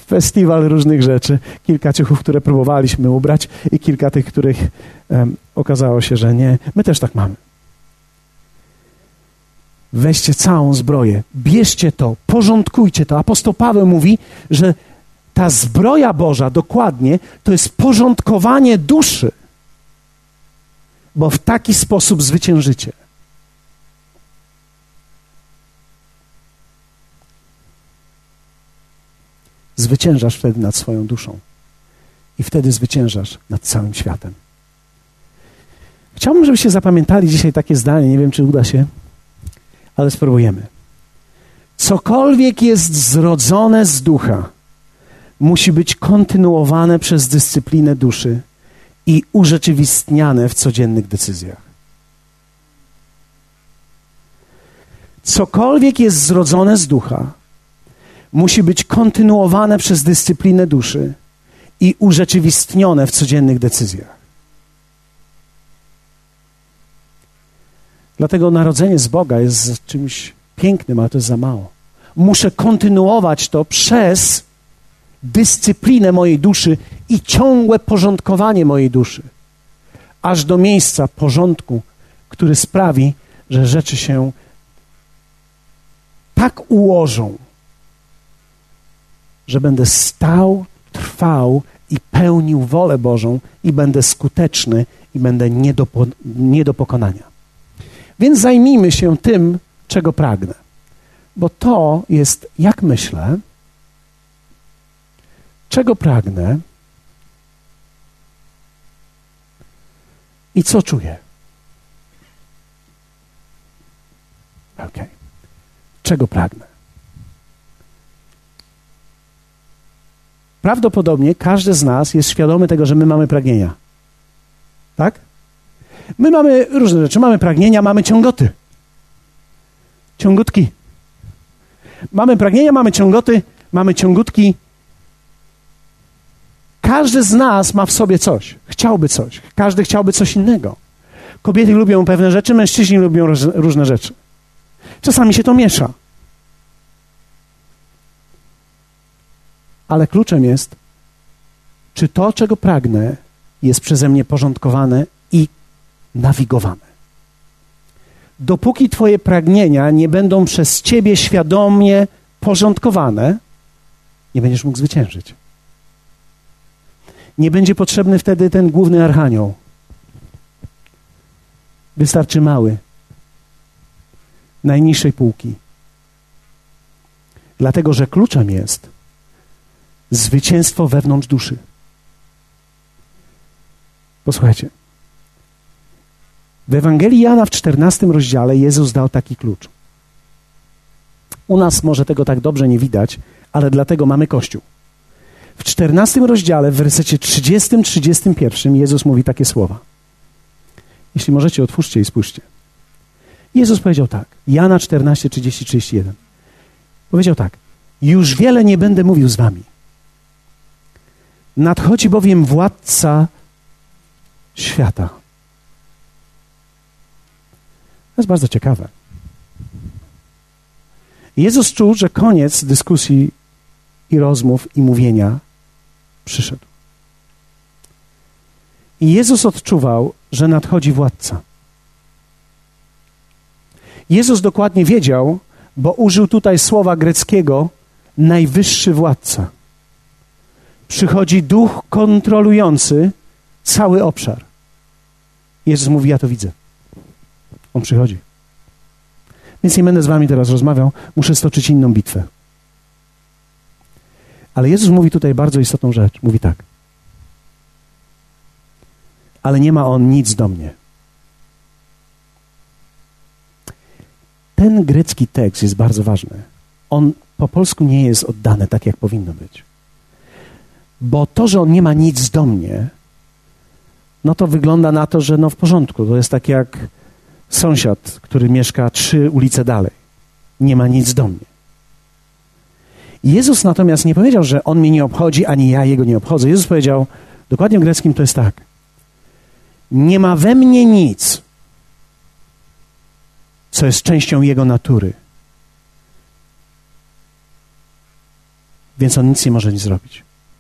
festiwal różnych rzeczy. Kilka ciuchów, które próbowaliśmy ubrać i kilka tych, których um, okazało się, że nie. My też tak mamy. Weźcie całą zbroję, bierzcie to, porządkujcie to. Apostoł Paweł mówi, że ta zbroja Boża dokładnie to jest porządkowanie duszy, bo w taki sposób zwyciężycie. Zwyciężasz wtedy nad swoją duszą i wtedy zwyciężasz nad całym światem. Chciałbym, żebyście zapamiętali dzisiaj takie zdanie, nie wiem, czy uda się, ale spróbujemy. Cokolwiek jest zrodzone z ducha, musi być kontynuowane przez dyscyplinę duszy i urzeczywistniane w codziennych decyzjach. Cokolwiek jest zrodzone z ducha, musi być kontynuowane przez dyscyplinę duszy i urzeczywistnione w codziennych decyzjach. Dlatego narodzenie z Boga jest czymś pięknym, ale to jest za mało. Muszę kontynuować to przez dyscyplinę mojej duszy i ciągłe porządkowanie mojej duszy, aż do miejsca porządku, który sprawi, że rzeczy się tak ułożą, że będę stał, trwał i pełnił wolę Bożą i będę skuteczny i będę nie do, nie do pokonania. Więc zajmijmy się tym, czego pragnę. Bo to jest, jak myślę, czego pragnę i co czuję. Okej. Okay. Czego pragnę? Prawdopodobnie każdy z nas jest świadomy tego, że my mamy pragnienia. Tak? My mamy różne rzeczy. Mamy pragnienia, mamy ciągoty. Ciągutki. Mamy pragnienia, mamy ciągoty, mamy ciągutki. Każdy z nas ma w sobie coś. Chciałby coś. Każdy chciałby coś innego. Kobiety lubią pewne rzeczy, mężczyźni lubią różne rzeczy. Czasami się to miesza. Ale kluczem jest, czy to, czego pragnę, jest przeze mnie porządkowane i nawigowane. Dopóki twoje pragnienia nie będą przez ciebie świadomie porządkowane, nie będziesz mógł zwyciężyć. Nie będzie potrzebny wtedy ten główny archanioł. Wystarczy mały, najniższej półki. Dlatego, że kluczem jest zwycięstwo wewnątrz duszy. Posłuchajcie. W Ewangelii Jana w czternastym rozdziale Jezus dał taki klucz. U nas może tego tak dobrze nie widać, ale dlatego mamy Kościół. W czternastym rozdziale, w wersecie trzydziestym trzydziestym pierwszym Jezus mówi takie słowa. Jeśli możecie, otwórzcie i spójrzcie. Jezus powiedział tak. Jana czternaście, trzydzieści, trzydzieści jeden. Powiedział tak. Już wiele nie będę mówił z wami. Nadchodzi bowiem władca świata. To jest bardzo ciekawe. Jezus czuł, że koniec dyskusji i rozmów i mówienia przyszedł. I Jezus odczuwał, że nadchodzi władca. Jezus dokładnie wiedział, bo użył tutaj słowa greckiego najwyższy władca. Przychodzi duch kontrolujący cały obszar. Jezus mówi, ja to widzę. On przychodzi. Więc nie będę z wami teraz rozmawiał, muszę stoczyć inną bitwę. Ale Jezus mówi tutaj bardzo istotną rzecz. Mówi tak. Ale nie ma on nic do mnie. Ten grecki tekst jest bardzo ważny. On po polsku nie jest oddany tak, jak powinno być. Bo to, że on nie ma nic do mnie, no to wygląda na to, że no w porządku. To jest tak jak sąsiad, który mieszka trzy ulice dalej. Nie ma nic do mnie. Jezus natomiast nie powiedział, że on mnie nie obchodzi, ani ja jego nie obchodzę. Jezus powiedział, dokładnie w greckim to jest tak. Nie ma we mnie nic, co jest częścią jego natury. więc on nic nie może nic zrobić.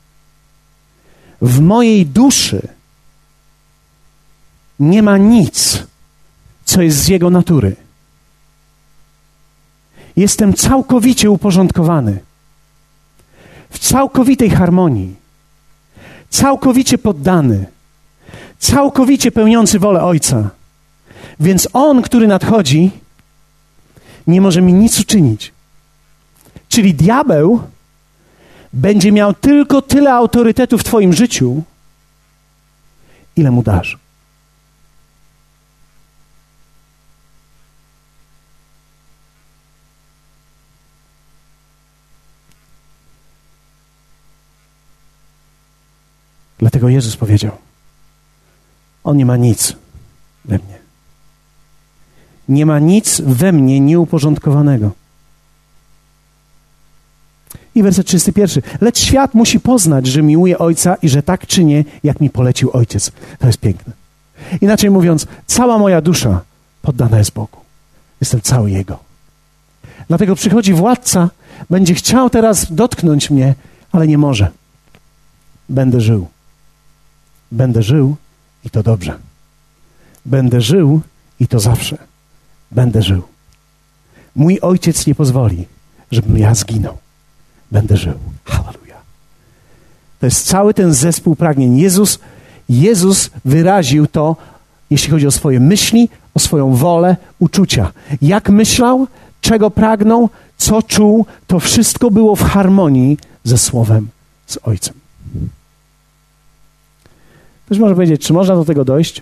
W mojej duszy nie ma nic, co jest z jego natury. Jestem całkowicie uporządkowany, w całkowitej harmonii, całkowicie poddany, całkowicie pełniący wolę Ojca. Więc On, który nadchodzi, nie może mi nic uczynić. Czyli diabeł będzie miał tylko tyle autorytetu w twoim życiu, ile mu dasz. Dlatego Jezus powiedział, On nie ma nic we mnie. Nie ma nic we mnie nieuporządkowanego. I werset trzydziesty pierwszy. Lecz świat musi poznać, że miłuję Ojca i że tak czynię, jak mi polecił Ojciec. To jest piękne. Inaczej mówiąc, cała moja dusza poddana jest Bogu. Jestem cały Jego. Dlatego przychodzi władca, będzie chciał teraz dotknąć mnie, ale nie może. Będę żył. Będę żył i to dobrze. Będę żył i to zawsze. Będę żył. Mój Ojciec nie pozwoli, żebym ja zginął. Będę żył. Halleluja. To jest cały ten zespół pragnień. Jezus, Jezus wyraził to, jeśli chodzi o swoje myśli, o swoją wolę, uczucia. Jak myślał, czego pragnął, co czuł, to wszystko było w harmonii ze Słowem, z Ojcem. Ktoś może powiedzieć, czy można do tego dojść?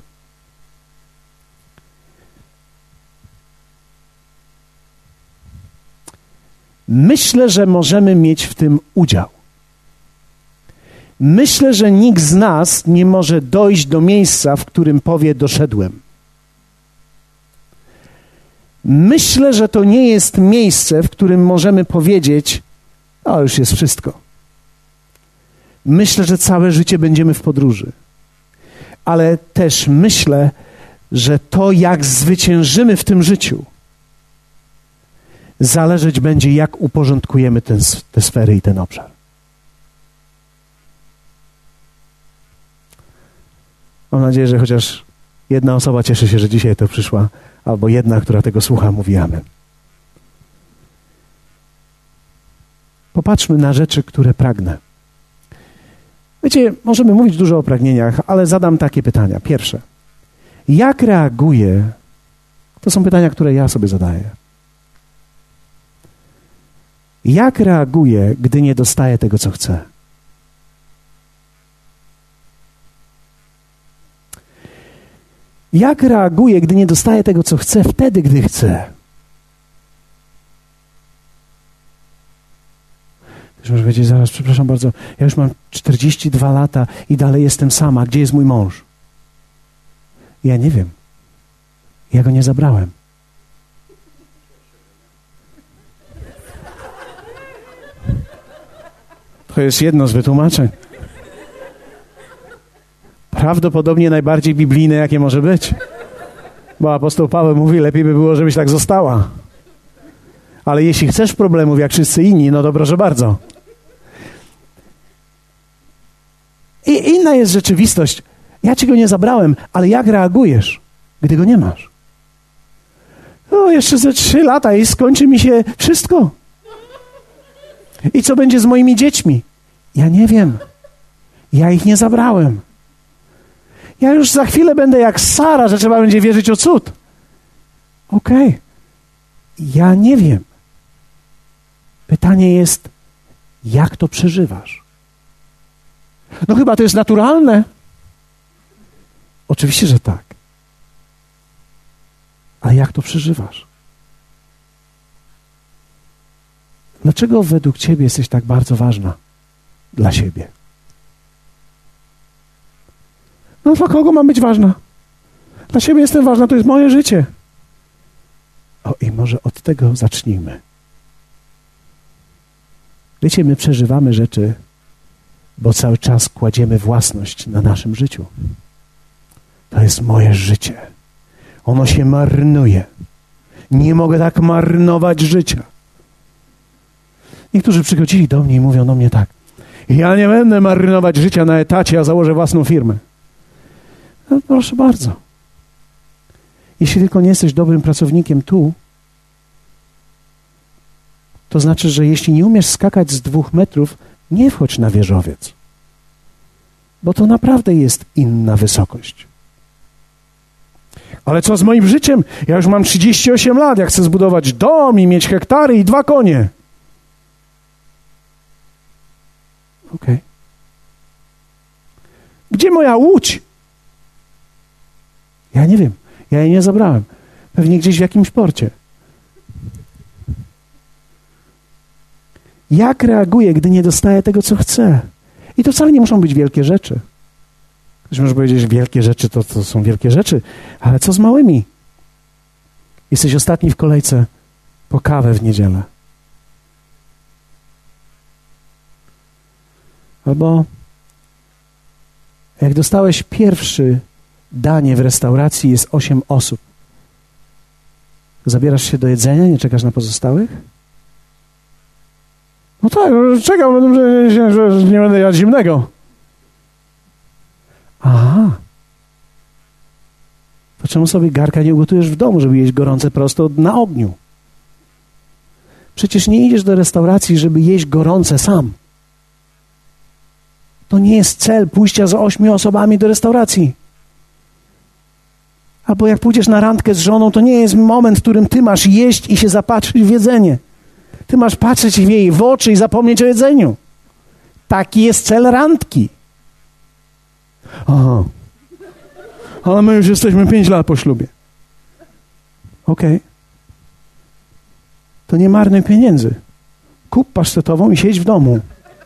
Myślę, że możemy mieć w tym udział. Myślę, że nikt z nas nie może dojść do miejsca, w którym powie, doszedłem. Myślę, że to nie jest miejsce, w którym możemy powiedzieć, o, już jest wszystko. Myślę, że całe życie będziemy w podróży. Ale też myślę, że to, jak zwyciężymy w tym życiu, zależeć będzie, jak uporządkujemy ten, te sfery i ten obszar. Mam nadzieję, że chociaż jedna osoba cieszy się, że dzisiaj to przyszła, albo jedna, która tego słucha, mówi amen. Popatrzmy na rzeczy, które pragnę. Wiecie, możemy mówić dużo o pragnieniach, ale zadam takie pytania. Pierwsze. Jak reaguję? To są pytania, które ja sobie zadaję. Jak reaguję, gdy nie dostaję tego, co chcę? Jak reaguję, gdy nie dostaję tego, co chcę, wtedy, gdy chcę? Ktoś może powiedzieć, zaraz, przepraszam bardzo, ja już mam czterdzieści dwa lata i dalej jestem sama. Gdzie jest mój mąż? Ja nie wiem. Ja go nie zabrałem. To jest jedno z wytłumaczeń. Prawdopodobnie najbardziej biblijne, jakie może być. Bo apostoł Paweł mówi, lepiej by było, żebyś tak została. Ale jeśli chcesz problemów, jak wszyscy inni, no to proszę bardzo. I inna jest rzeczywistość. Ja ci go nie zabrałem, ale jak reagujesz, gdy go nie masz? O, jeszcze ze trzy lata i skończy mi się wszystko. I co będzie z moimi dziećmi? Ja nie wiem. Ja ich nie zabrałem. Ja już za chwilę będę jak Sara, że trzeba będzie wierzyć o cud. Okej. Okay. Ja nie wiem. Pytanie jest, jak to przeżywasz? No chyba to jest naturalne. Oczywiście, że tak. A jak to przeżywasz? Dlaczego według ciebie jesteś tak bardzo ważna dla siebie? No dla kogo mam być ważna? Dla siebie jestem ważna, to jest moje życie. O, i może od tego zacznijmy. Wiecie, my przeżywamy rzeczy, bo cały czas kładziemy własność na naszym życiu. To jest moje życie. Ono się marnuje. Nie mogę tak marnować życia. Niektórzy przychodzili do mnie i mówią do mnie tak: ja nie będę marynować życia na etacie, ja założę własną firmę. No, proszę bardzo. Jeśli tylko nie jesteś dobrym pracownikiem tu, to znaczy, że jeśli nie umiesz skakać z dwóch metrów, nie wchodź na wieżowiec. Bo to naprawdę jest inna wysokość. Ale co z moim życiem? Ja już mam trzydzieści osiem lat, ja chcę zbudować dom i mieć hektary i dwa konie. Okej. Okay. Gdzie moja łódź? Ja nie wiem. Ja jej nie zabrałem. Pewnie gdzieś w jakimś porcie. Jak reaguję, gdy nie dostaję tego, co chcę? I to wcale nie muszą być wielkie rzeczy. Ktoś może powiedzieć, że wielkie rzeczy to, to są wielkie rzeczy, ale co z małymi? Jesteś ostatni w kolejce po kawę w niedzielę. Albo jak dostałeś pierwszy danie w restauracji, jest osiem osób. Zabierasz się do jedzenia, nie czekasz na pozostałych? No tak, czekam, że nie będę jadł zimnego. Aha. To czemu sobie garka nie ugotujesz w domu, żeby jeść gorące prosto na ogniu? Przecież nie idziesz do restauracji, żeby jeść gorące sam. To nie jest cel pójścia z ośmiu osobami do restauracji. Albo jak pójdziesz na randkę z żoną, to nie jest moment, w którym ty masz jeść i się zapatrzyć w jedzenie. Ty masz patrzeć w jej w oczy i zapomnieć o jedzeniu. Taki jest cel randki. Aha. Ale my już jesteśmy pięć lat po ślubie. Okej. Okay. To nie marnuj pieniędzy. Kup pasztetową i siedź w domu.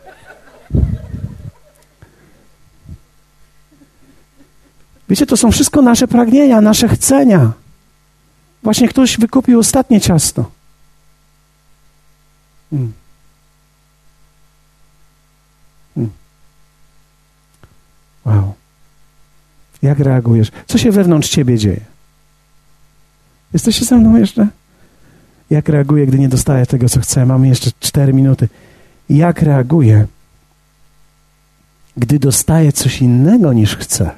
Wiecie, to są wszystko nasze pragnienia, nasze chcenia. Właśnie ktoś wykupił ostatnie ciasto. Hmm. Hmm. Wow. Jak reagujesz? Co się wewnątrz ciebie dzieje? Jesteście ze mną jeszcze? Jak reaguję, gdy nie dostaję tego, co chcę? Mamy jeszcze cztery minuty. Jak reaguję, gdy dostaję coś innego niż chcę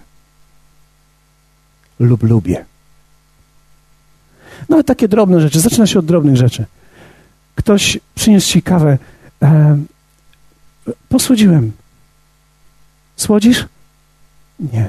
lub lubię? No takie drobne rzeczy. Zaczyna się od drobnych rzeczy. Ktoś przyniósł ci kawę. E, posłodziłem. Słodzisz? Nie.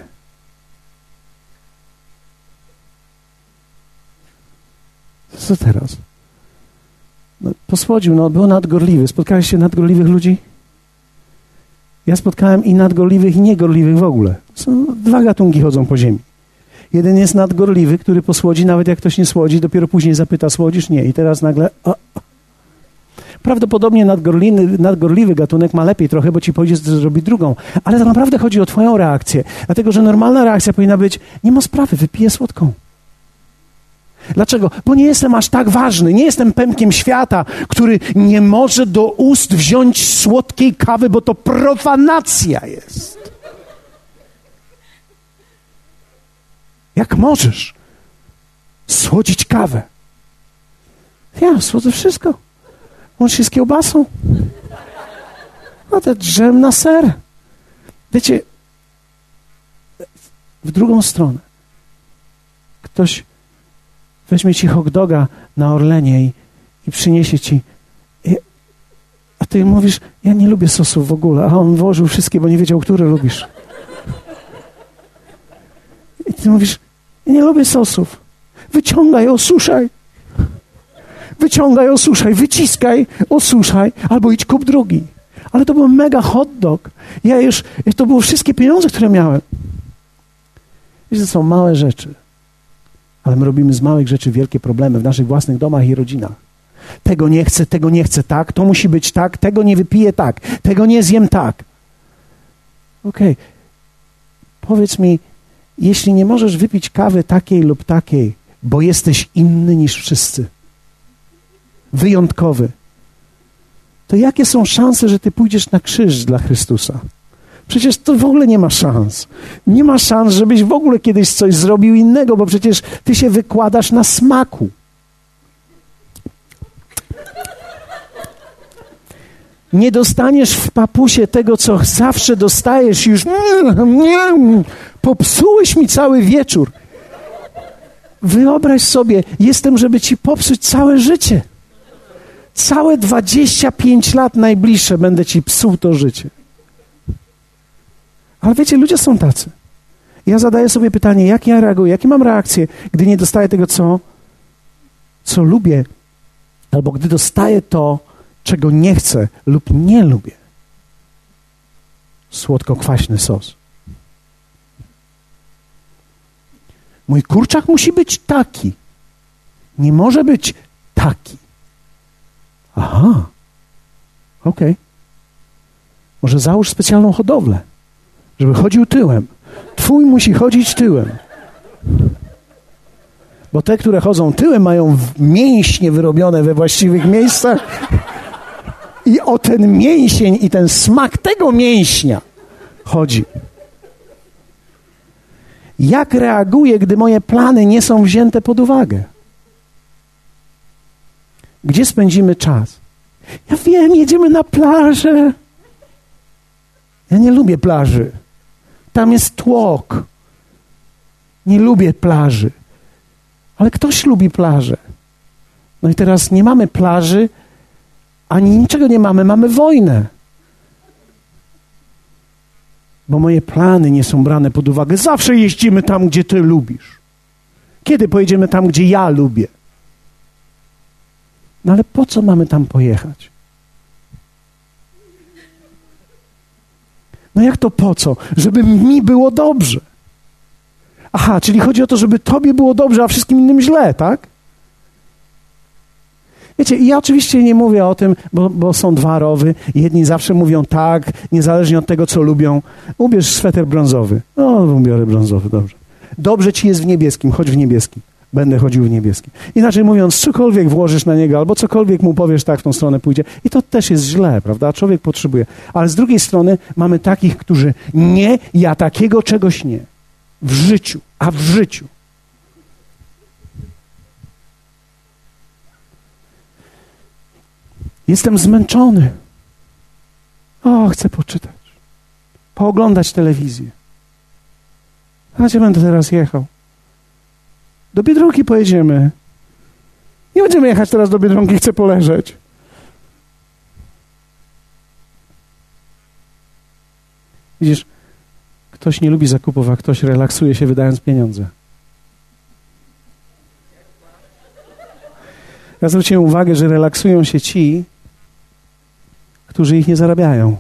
Co teraz? No, posłodził, no był nadgorliwy. Spotkałeś się nadgorliwych ludzi? Ja spotkałem i nadgorliwych, i niegorliwych w ogóle. Są dwa gatunki chodzą po ziemi. Jeden jest nadgorliwy, który posłodzi, nawet jak ktoś nie słodzi, dopiero później zapyta, słodzisz? Nie. I teraz nagle... O. Prawdopodobnie nadgorliwy, nadgorliwy gatunek ma lepiej trochę, bo ci pójdzie zrobić drugą. Ale tak naprawdę chodzi o twoją reakcję. Dlatego, że normalna reakcja powinna być, nie ma sprawy, wypiję słodką. Dlaczego? Bo nie jestem aż tak ważny. Nie jestem pępkiem świata, który nie może do ust wziąć słodkiej kawy, bo to profanacja jest. Jak możesz słodzić kawę? Ja słodzę wszystko. Łącznie z kiełbasą. A ten drzem na ser. Wiecie, w drugą stronę. Ktoś weźmie ci hot doga na Orlenie i, i przyniesie ci. I, a ty mówisz, ja nie lubię sosów w ogóle. A on włożył wszystkie, bo nie wiedział, które lubisz. I ty mówisz, ja nie lubię sosów. Wyciągaj, osuszaj. Wyciągaj, osuszaj, wyciskaj, osuszaj, albo idź kup drugi. Ale to był mega hot dog. Ja już, to były wszystkie pieniądze, które miałem. Wiecie, to są małe rzeczy. Ale my robimy z małych rzeczy wielkie problemy w naszych własnych domach i rodzinach. Tego nie chcę, tego nie chcę tak, to musi być tak, tego nie wypiję tak, tego nie zjem tak. Okej. Okay. Powiedz mi, jeśli nie możesz wypić kawy takiej lub takiej, bo jesteś inny niż wszyscy, wyjątkowy, to jakie są szanse, że ty pójdziesz na krzyż dla Chrystusa? Przecież to w ogóle nie ma szans. Nie ma szans, żebyś w ogóle kiedyś coś zrobił innego, bo przecież ty się wykładasz na smaku. Nie dostaniesz w papusie tego, co zawsze dostajesz. Już popsułeś mi cały wieczór. Wyobraź sobie, jestem, żeby ci popsuć całe życie. Całe dwadzieścia pięć lat najbliższe będę ci psuł to życie. Ale wiecie, ludzie są tacy. Ja zadaję sobie pytanie, jak ja reaguję, jakie mam reakcje, gdy nie dostaję tego, co, co lubię, albo gdy dostaję to, czego nie chcę lub nie lubię. Słodko-kwaśny sos. Mój kurczak musi być taki. Nie może być taki. Aha. Okej. Okay. Może załóż specjalną hodowlę, żeby chodził tyłem. Twój musi chodzić tyłem. Bo te, które chodzą tyłem, mają mięśnie wyrobione we właściwych miejscach i o ten mięsień i ten smak tego mięśnia chodzi. Jak reaguję, gdy moje plany nie są wzięte pod uwagę? Gdzie spędzimy czas? Ja wiem, jedziemy na plażę. Ja nie lubię plaży. Tam jest tłok. Nie lubię plaży. Ale ktoś lubi plażę. No i teraz nie mamy plaży, ani niczego nie mamy, mamy wojnę. Bo moje plany nie są brane pod uwagę. Zawsze jeździmy tam, gdzie ty lubisz. Kiedy pojedziemy tam, gdzie ja lubię? No ale po co mamy tam pojechać? No jak to po co? Żeby mi było dobrze. Aha, czyli chodzi o to, żeby tobie było dobrze, a wszystkim innym źle, tak? Wiecie, ja oczywiście nie mówię o tym, bo, bo są dwa rowy. Jedni zawsze mówią tak, niezależnie od tego, co lubią. Ubierz sweter brązowy. No, ubiorę brązowy, dobrze. Dobrze ci jest w niebieskim, chodź w niebieskim. Będę chodził w niebieskim. Inaczej mówiąc, cokolwiek włożysz na niego, albo cokolwiek mu powiesz, tak w tą stronę pójdzie. I to też jest źle, prawda? Człowiek potrzebuje. Ale z drugiej strony mamy takich, którzy nie, ja takiego czegoś nie. W życiu, a w życiu. Jestem zmęczony. O, chcę poczytać. Pooglądać telewizję. A gdzie będę teraz jechał? Do Biedronki pojedziemy. Nie będziemy jechać teraz do Biedronki, chcę poleżeć. Widzisz, ktoś nie lubi zakupów, a ktoś relaksuje się wydając pieniądze. Ja zwróciłem uwagę, że relaksują się ci, którzy ich nie zarabiają.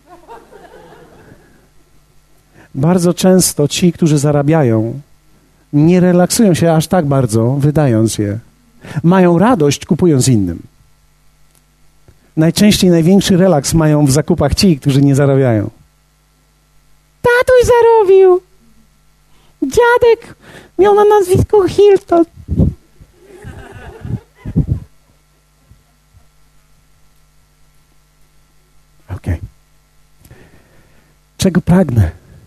Bardzo często ci, którzy zarabiają, nie relaksują się aż tak bardzo, wydając je. Mają radość, kupując innym. Najczęściej największy relaks mają w zakupach ci, którzy nie zarabiają. Tatuś zarobił. Dziadek miał na nazwisko Hilton. Okej. Okay. Czego pragnę?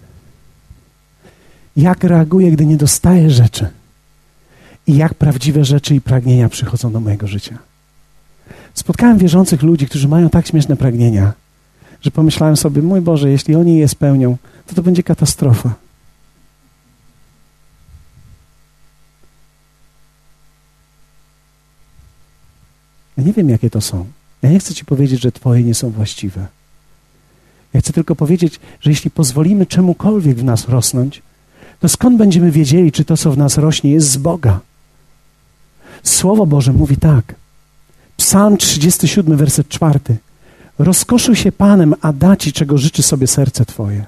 Jak reaguję, gdy nie dostaję rzeczy? I jak prawdziwe rzeczy i pragnienia przychodzą do mojego życia? Spotkałem wierzących ludzi, którzy mają tak śmieszne pragnienia, że pomyślałem sobie, mój Boże, jeśli oni je spełnią, to to będzie katastrofa. Ja nie wiem, jakie to są. Ja nie chcę ci powiedzieć, że twoje nie są właściwe. Ja chcę tylko powiedzieć, że jeśli pozwolimy czemukolwiek w nas rosnąć, to skąd będziemy wiedzieli, czy to, co w nas rośnie, jest z Boga? Słowo Boże mówi tak. Psalm trzydziesty siódmy, werset czwarty. Rozkoszuj się Panem, a da ci, czego życzy sobie serce twoje.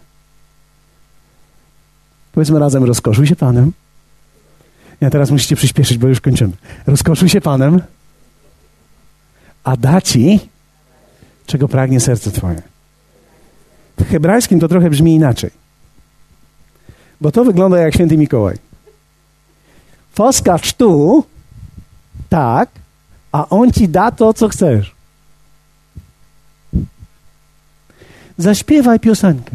Powiedzmy razem, rozkoszuj się Panem. Ja teraz musicie przyspieszyć, bo już kończymy. Rozkoszuj się Panem, a da ci, czego pragnie serce twoje. W hebrajskim to trochę brzmi inaczej. Bo to wygląda jak święty Mikołaj. Poskacz tu, tak, a on ci da to, co chcesz. Zaśpiewaj piosenkę.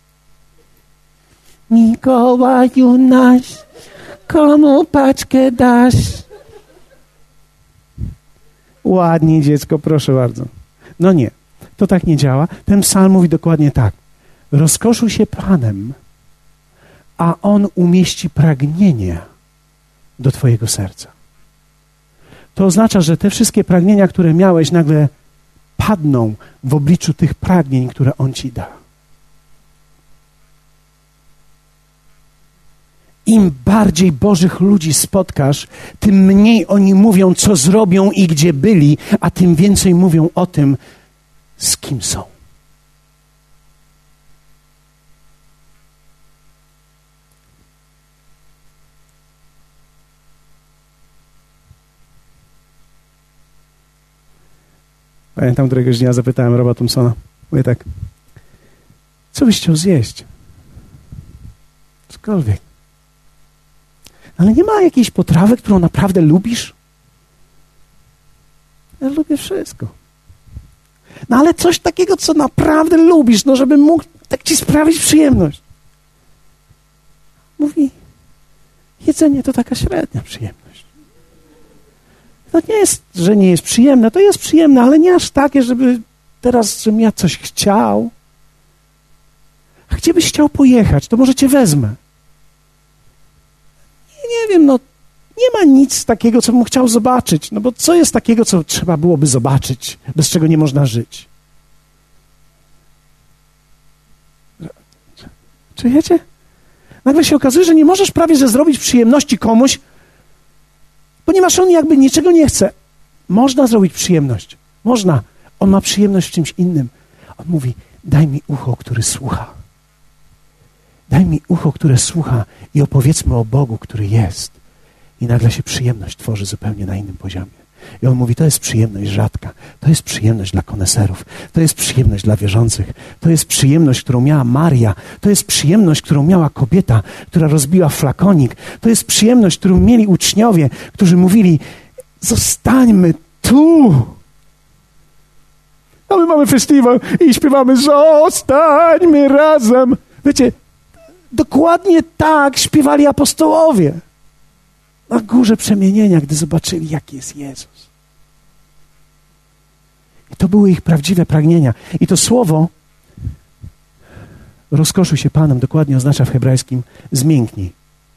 Mikołaju nasz, komu paczkę dasz? Ładnie, dziecko, proszę bardzo. No nie. to tak nie działa. Ten psalm mówi dokładnie tak. Rozkoszuj się Panem, a On umieści pragnienie do twojego serca. To oznacza, że te wszystkie pragnienia, które miałeś, nagle padną w obliczu tych pragnień, które On ci da. Im bardziej Bożych ludzi spotkasz, tym mniej oni mówią, co zrobią i gdzie byli, a tym więcej mówią o tym, z kim są. Pamiętam, któregoś dnia zapytałem Roba Thompsona. Mówię tak, co byś chciał zjeść? Cokolwiek. Ale nie ma jakiejś potrawy, którą naprawdę lubisz? Ja lubię wszystko. No ale coś takiego, co naprawdę lubisz, no żeby mógł tak ci sprawić przyjemność. Mówi, jedzenie to taka średnia przyjemność. To nie jest, że nie jest przyjemne, to jest przyjemne, ale nie aż takie, żeby teraz, żebym ja coś chciał. A gdzie byś chciał pojechać, to może cię wezmę. Nie, nie wiem, no nie ma nic takiego, co bym chciał zobaczyć, no bo co jest takiego, co trzeba byłoby zobaczyć, bez czego nie można żyć? Czujecie? Nagle się okazuje, że nie możesz prawie że zrobić przyjemności komuś, ponieważ on jakby niczego nie chce. Można zrobić przyjemność. Można. On ma przyjemność w czymś innym. On mówi, daj mi ucho, który słucha. Daj mi ucho, które słucha i opowiedzmy o Bogu, który jest. I nagle się przyjemność tworzy zupełnie na innym poziomie. I on mówi, to jest przyjemność rzadka. To jest przyjemność dla koneserów. To jest przyjemność dla wierzących. To jest przyjemność, którą miała Maria. To jest przyjemność, którą miała kobieta, która rozbiła flakonik. To jest przyjemność, którą mieli uczniowie, którzy mówili, zostańmy tu. A my mamy festiwal i śpiewamy, zostańmy razem. Wiecie, dokładnie tak śpiewali apostołowie na górze przemienienia, gdy zobaczyli, jaki jest Jezus. I to były ich prawdziwe pragnienia. I to słowo rozkoszuj się Panem dokładnie oznacza w hebrajskim zmięknij.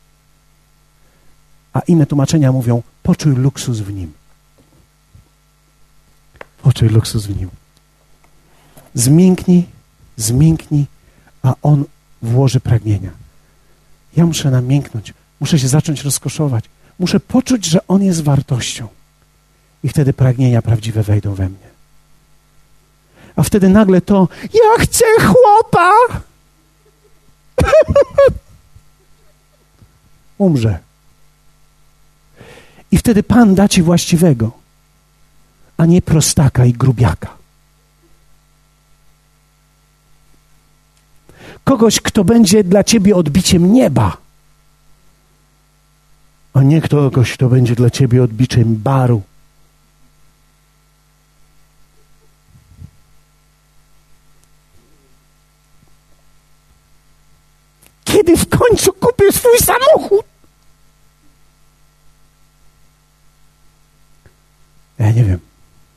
A inne tłumaczenia mówią poczuj luksus w Nim. Poczuj luksus w Nim. Zmięknij, zmięknij, a On włoży pragnienia. Ja muszę namięknąć, muszę się zacząć rozkoszować. Muszę poczuć, że On jest wartością. I wtedy pragnienia prawdziwe wejdą we mnie. A wtedy nagle to, ja chcę chłopa! Umrze. I wtedy Pan da ci właściwego, a nie prostaka i grubiaka. Kogoś, kto będzie dla ciebie odbiciem nieba, a nie kogoś, kto będzie dla ciebie odbiciem baru. Kiedy w końcu kupisz swój samochód? Ja nie wiem.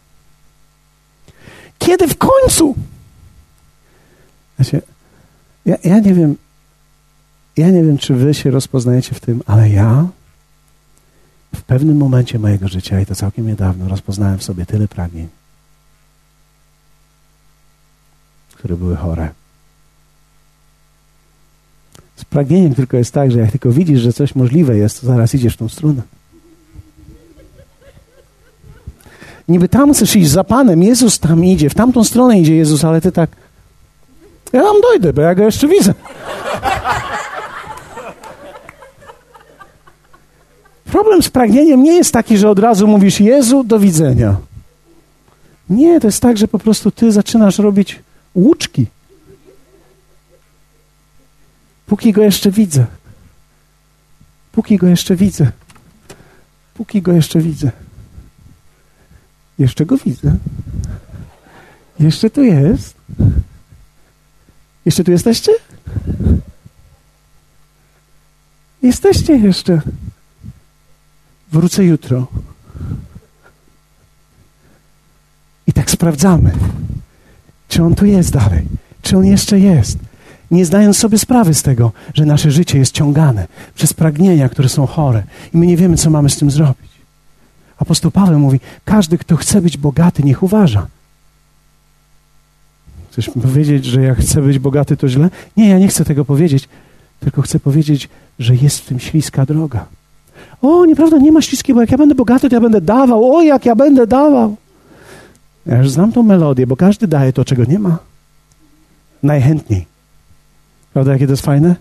Kiedy w końcu? Znaczy, ja, ja nie wiem, ja nie wiem, czy wy się rozpoznajecie w tym, ale ja w pewnym momencie mojego życia, i to całkiem niedawno, rozpoznałem w sobie tyle pragnień, które były chore. Z pragnieniem tylko jest tak, że jak tylko widzisz, że coś możliwe jest, to zaraz idziesz w tą stronę. Niby tam chcesz iść za Panem, Jezus tam idzie, w tamtą stronę idzie Jezus, ale ty tak, ja tam dojdę, bo ja go jeszcze widzę. Problem z pragnieniem nie jest taki, że od razu mówisz Jezu, do widzenia. Nie, to jest tak, że po prostu ty zaczynasz robić łuczki. Póki go jeszcze widzę. Póki go jeszcze widzę. Póki go jeszcze widzę. Jeszcze go widzę. Jeszcze tu jest. Jeszcze tu jesteście? Jesteście jeszcze. Wrócę jutro. I tak sprawdzamy. Czy On tu jest dalej? Czy On jeszcze jest? Nie zdając sobie sprawy z tego, że nasze życie jest ciągane przez pragnienia, które są chore i my nie wiemy, co mamy z tym zrobić. Apostoł Paweł mówi, każdy, kto chce być bogaty, niech uważa. Chcesz mi powiedzieć, że jak chcę być bogaty, to źle? Nie, ja nie chcę tego powiedzieć, tylko chcę powiedzieć, że jest w tym śliska droga. O, nieprawda, nie ma śliskiej, bo jak ja będę bogaty, to ja będę dawał. O, jak ja będę dawał. Ja już znam tą melodię, bo każdy daje to, czego nie ma. Najchętniej. Prawda, jakie to jest fajne?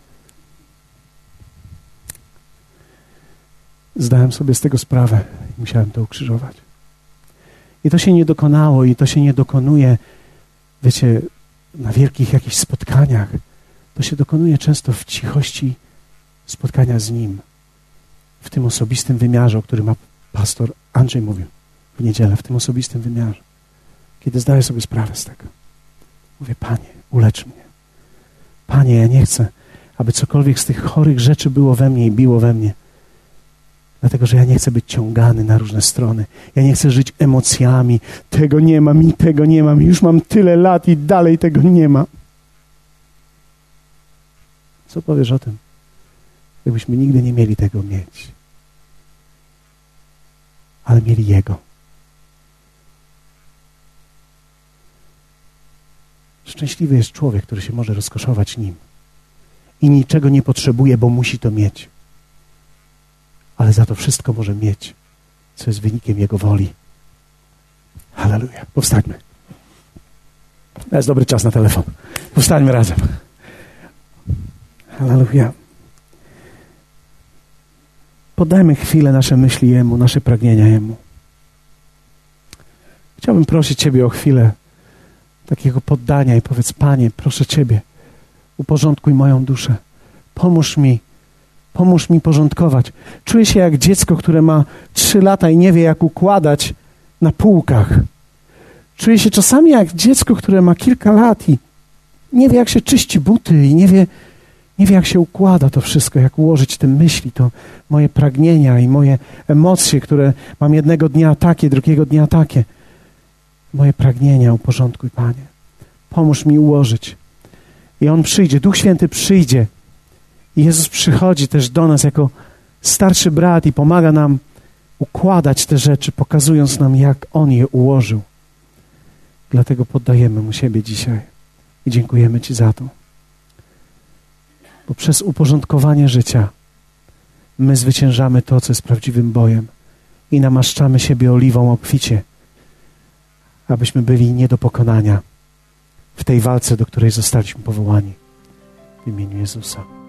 Zdałem sobie z tego sprawę i musiałem to ukrzyżować. I to się nie dokonało i to się nie dokonuje, wiecie, na wielkich jakichś spotkaniach. To się dokonuje często w cichości spotkania z Nim. W tym osobistym wymiarze, o którym pastor Andrzej mówił w niedzielę, w tym osobistym wymiarze. Kiedy zdaję sobie sprawę z tego. Mówię, Panie, ulecz mnie. Panie, ja nie chcę, aby cokolwiek z tych chorych rzeczy było we mnie i biło we mnie. Dlatego, że ja nie chcę być ciągany na różne strony. Ja nie chcę żyć emocjami. Tego nie mam i tego nie mam. Już mam tyle lat i dalej tego nie ma. Co powiesz o tym? Jakbyśmy nigdy nie mieli tego mieć. Ale mieli Jego. Szczęśliwy jest człowiek, który się może rozkoszować Nim. I niczego nie potrzebuje, bo musi to mieć. Ale za to wszystko może mieć, co jest wynikiem Jego woli. Halleluja. Powstańmy. To jest dobry czas na telefon. Powstańmy razem. Halleluja. Poddajmy chwilę nasze myśli Jemu, nasze pragnienia Jemu. Chciałbym prosić Ciebie o chwilę takiego poddania i powiedz, Panie, proszę Ciebie, uporządkuj moją duszę. Pomóż mi, pomóż mi porządkować. Czuję się jak dziecko, które ma trzy lata i nie wie, jak układać na półkach. Czuję się czasami jak dziecko, które ma kilka lat i nie wie, jak się czyści buty i nie wie, nie wie, jak się układa to wszystko, jak ułożyć te myśli, to moje pragnienia i moje emocje, które mam jednego dnia takie, drugiego dnia takie. Moje pragnienia uporządkuj, Panie. Pomóż mi ułożyć. I On przyjdzie, Duch Święty przyjdzie. I Jezus przychodzi też do nas jako starszy brat i pomaga nam układać te rzeczy, pokazując nam, jak On je ułożył. Dlatego poddajemy Mu siebie dzisiaj i dziękujemy Ci za to. Bo przez uporządkowanie życia my zwyciężamy to, co jest prawdziwym bojem i namaszczamy siebie oliwą obficie, abyśmy byli nie do pokonania w tej walce, do której zostaliśmy powołani w imieniu Jezusa.